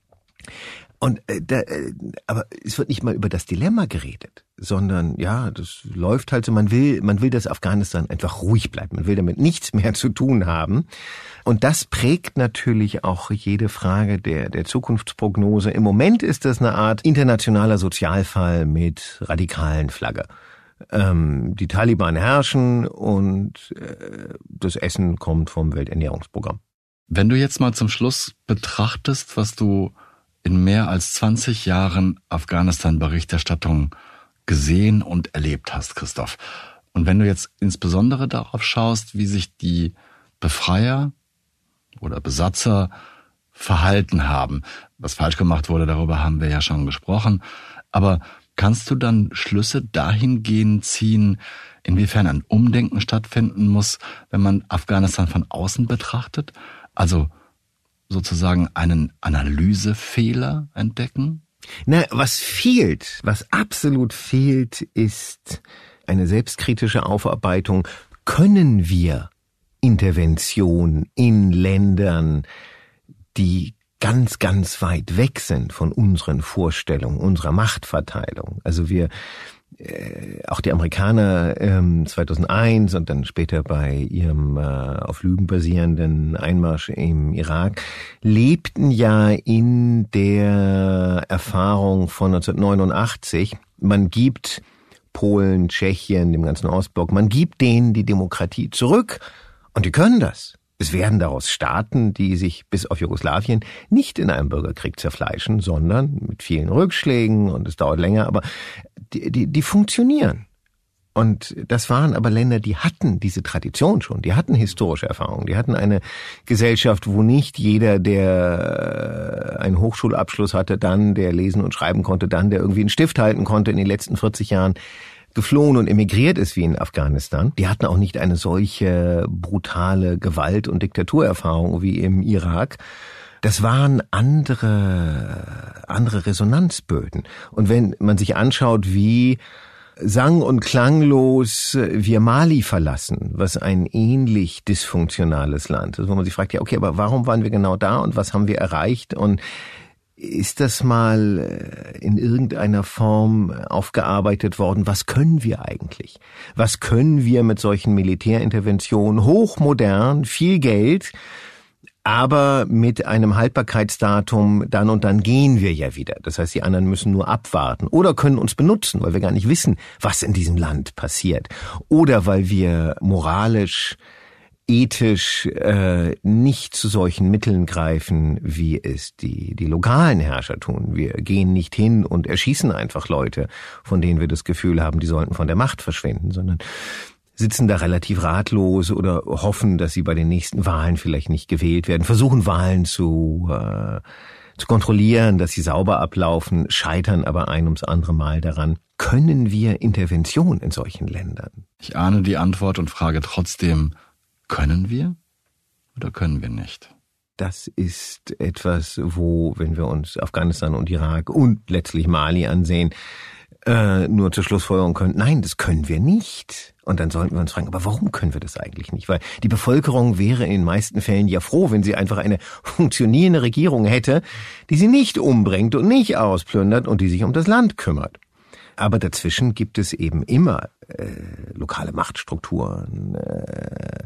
Speaker 3: Und äh, da, äh, aber es wird nicht mal über das Dilemma geredet, sondern ja, das läuft halt so, man will, man will, dass Afghanistan einfach ruhig bleibt, man will damit nichts mehr zu tun haben. Und das prägt natürlich auch jede Frage der der Zukunftsprognose. Im Moment ist das eine Art internationaler Sozialfall mit radikalen Flagge. Ähm, die Taliban herrschen und äh, das Essen kommt vom Welternährungsprogramm.
Speaker 1: Wenn du jetzt mal zum Schluss betrachtest, was du in mehr als zwanzig Jahren Afghanistan-Berichterstattung gesehen und erlebt hast, Christoph. Und wenn du jetzt insbesondere darauf schaust, wie sich die Befreier oder Besatzer verhalten haben, was falsch gemacht wurde, darüber haben wir ja schon gesprochen. Aber kannst du dann Schlüsse dahingehend ziehen, inwiefern ein Umdenken stattfinden muss, wenn man Afghanistan von außen betrachtet? Also sozusagen einen Analysefehler entdecken?
Speaker 3: Na, was fehlt, was absolut fehlt, ist eine selbstkritische Aufarbeitung. Können wir Intervention in Ländern, die ganz, ganz weit weg sind von unseren Vorstellungen, unserer Machtverteilung? Also wir Äh, auch die Amerikaner ähm, zweitausendeins und dann später bei ihrem äh, auf Lügen basierenden Einmarsch im Irak lebten ja in der Erfahrung von neunzehnhundertneunundachtzig. Man gibt Polen, Tschechien, dem ganzen Ostblock, man gibt denen die Demokratie zurück und die können das. Es werden daraus Staaten, die sich bis auf Jugoslawien nicht in einem Bürgerkrieg zerfleischen, sondern mit vielen Rückschlägen und es dauert länger, aber die, die, die funktionieren. Und das waren aber Länder, die hatten diese Tradition schon, die hatten historische Erfahrungen, die hatten eine Gesellschaft, wo nicht jeder, der einen Hochschulabschluss hatte, dann, der lesen und schreiben konnte, dann, der irgendwie einen Stift halten konnte in den letzten vierzig Jahren, geflohen und emigriert ist wie in Afghanistan. Die hatten auch nicht eine solche brutale Gewalt- und Diktaturerfahrung wie im Irak. Das waren andere, andere Resonanzböden. Und wenn man sich anschaut, wie sang- und klanglos wir Mali verlassen, was ein ähnlich dysfunktionales Land ist, wo man sich fragt, ja, okay, aber warum waren wir genau da und was haben wir erreicht? Und ist das mal in irgendeiner Form aufgearbeitet worden? Was können wir eigentlich? Was können wir mit solchen Militärinterventionen? Hochmodern, viel Geld, aber mit einem Haltbarkeitsdatum, dann und dann gehen wir ja wieder. Das heißt, die anderen müssen nur abwarten oder können uns benutzen, weil wir gar nicht wissen, was in diesem Land passiert. Oder weil wir moralisch, ethisch äh, nicht zu solchen Mitteln greifen, wie es die die lokalen Herrscher tun. Wir gehen nicht hin und erschießen einfach Leute, von denen wir das Gefühl haben, die sollten von der Macht verschwinden, sondern sitzen da relativ ratlos oder hoffen, dass sie bei den nächsten Wahlen vielleicht nicht gewählt werden, versuchen Wahlen zu äh, zu kontrollieren, dass sie sauber ablaufen, scheitern aber ein ums andere Mal daran. Können wir Intervention in solchen Ländern?
Speaker 1: Ich ahne die Antwort und frage trotzdem, können wir oder können wir nicht?
Speaker 3: Das ist etwas, wo, wenn wir uns Afghanistan und Irak und letztlich Mali ansehen, äh, nur zur Schlussfolgerung können, nein, das können wir nicht. Und dann sollten wir uns fragen, aber warum können wir das eigentlich nicht? Weil die Bevölkerung wäre in den meisten Fällen ja froh, wenn sie einfach eine funktionierende Regierung hätte, die sie nicht umbringt und nicht ausplündert und die sich um das Land kümmert. Aber dazwischen gibt es eben immer äh, lokale Machtstrukturen, äh,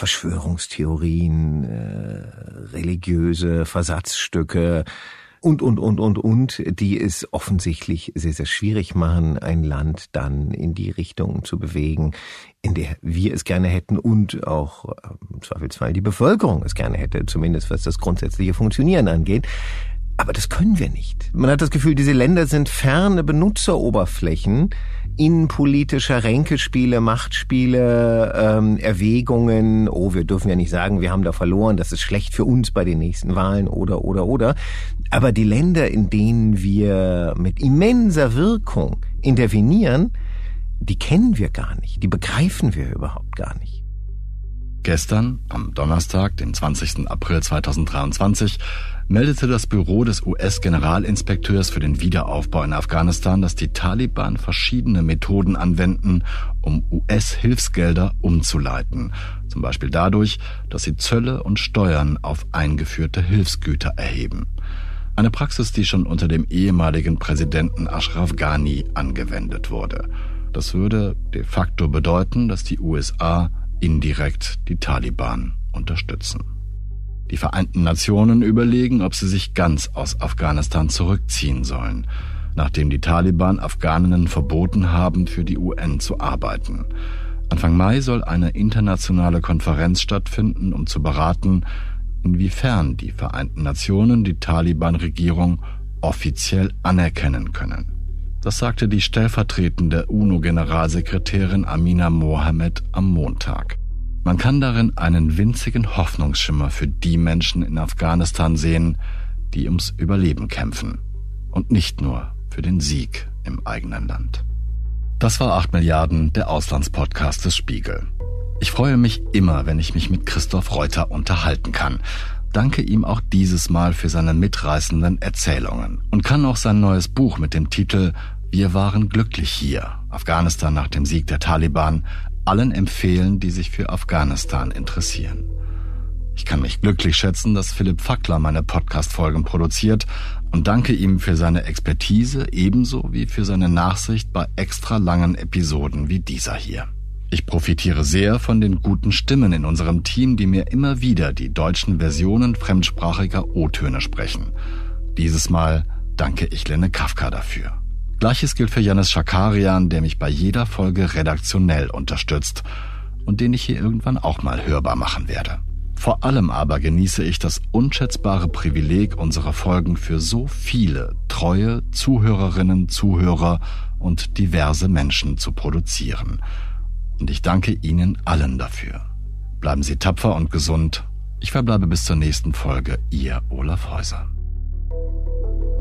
Speaker 3: Verschwörungstheorien, äh, religiöse Versatzstücke und, und, und, und, und, die es offensichtlich sehr, sehr schwierig machen, ein Land dann in die Richtung zu bewegen, in der wir es gerne hätten und auch äh, im Zweifelsfall die Bevölkerung es gerne hätte, zumindest was das grundsätzliche Funktionieren angeht. Aber das können wir nicht. Man hat das Gefühl, diese Länder sind ferne Benutzeroberflächen innenpolitischer Ränkespiele, Machtspiele, ähm, Erwägungen. Oh, wir dürfen ja nicht sagen, wir haben da verloren, das ist schlecht für uns bei den nächsten Wahlen oder, oder, oder. Aber die Länder, in denen wir mit immenser Wirkung intervenieren, die kennen wir gar nicht, die begreifen wir überhaupt gar nicht.
Speaker 1: Gestern, am Donnerstag, den zwanzigsten April zweitausenddreiundzwanzig, meldete das Büro des U S-Generalinspekteurs für den Wiederaufbau in Afghanistan, dass die Taliban verschiedene Methoden anwenden, um U S-Hilfsgelder umzuleiten. Zum Beispiel dadurch, dass sie Zölle und Steuern auf eingeführte Hilfsgüter erheben. Eine Praxis, die schon unter dem ehemaligen Präsidenten Ashraf Ghani angewendet wurde. Das würde de facto bedeuten, dass die U S A indirekt die Taliban unterstützen. Die Vereinten Nationen überlegen, ob sie sich ganz aus Afghanistan zurückziehen sollen, nachdem die Taliban Afghaninnen verboten haben, für die U N zu arbeiten. Anfang Mai soll eine internationale Konferenz stattfinden, um zu beraten, inwiefern die Vereinten Nationen die Taliban-Regierung offiziell anerkennen können. Das sagte die stellvertretende U N O-Generalsekretärin Amina Mohammed am Montag. Man kann darin einen winzigen Hoffnungsschimmer für die Menschen in Afghanistan sehen, die ums Überleben kämpfen. Und nicht nur für den Sieg im eigenen Land. Das war acht Milliarden, der Auslandspodcast des Spiegel. Ich freue mich immer, wenn ich mich mit Christoph Reuter unterhalten kann. Danke ihm auch dieses Mal für seine mitreißenden Erzählungen und kann auch sein neues Buch mit dem Titel Wir waren glücklich hier, Afghanistan nach dem Sieg der Taliban, allen empfehlen, die sich für Afghanistan interessieren. Ich kann mich glücklich schätzen, dass Philipp Fackler meine Podcast-Folgen produziert und danke ihm für seine Expertise ebenso wie für seine Nachsicht bei extra langen Episoden wie dieser hier. Ich profitiere sehr von den guten Stimmen in unserem Team, die mir immer wieder die deutschen Versionen fremdsprachiger O-Töne sprechen. Dieses Mal danke ich Lenne Kafka dafür. Gleiches gilt für Janis Schakarian, der mich bei jeder Folge redaktionell unterstützt und den ich hier irgendwann auch mal hörbar machen werde. Vor allem aber genieße ich das unschätzbare Privileg, unsere Folgen für so viele treue Zuhörerinnen, Zuhörer und diverse Menschen zu produzieren. Und ich danke Ihnen allen dafür. Bleiben Sie tapfer und gesund. Ich verbleibe bis zur nächsten Folge. Ihr Olaf Häuser.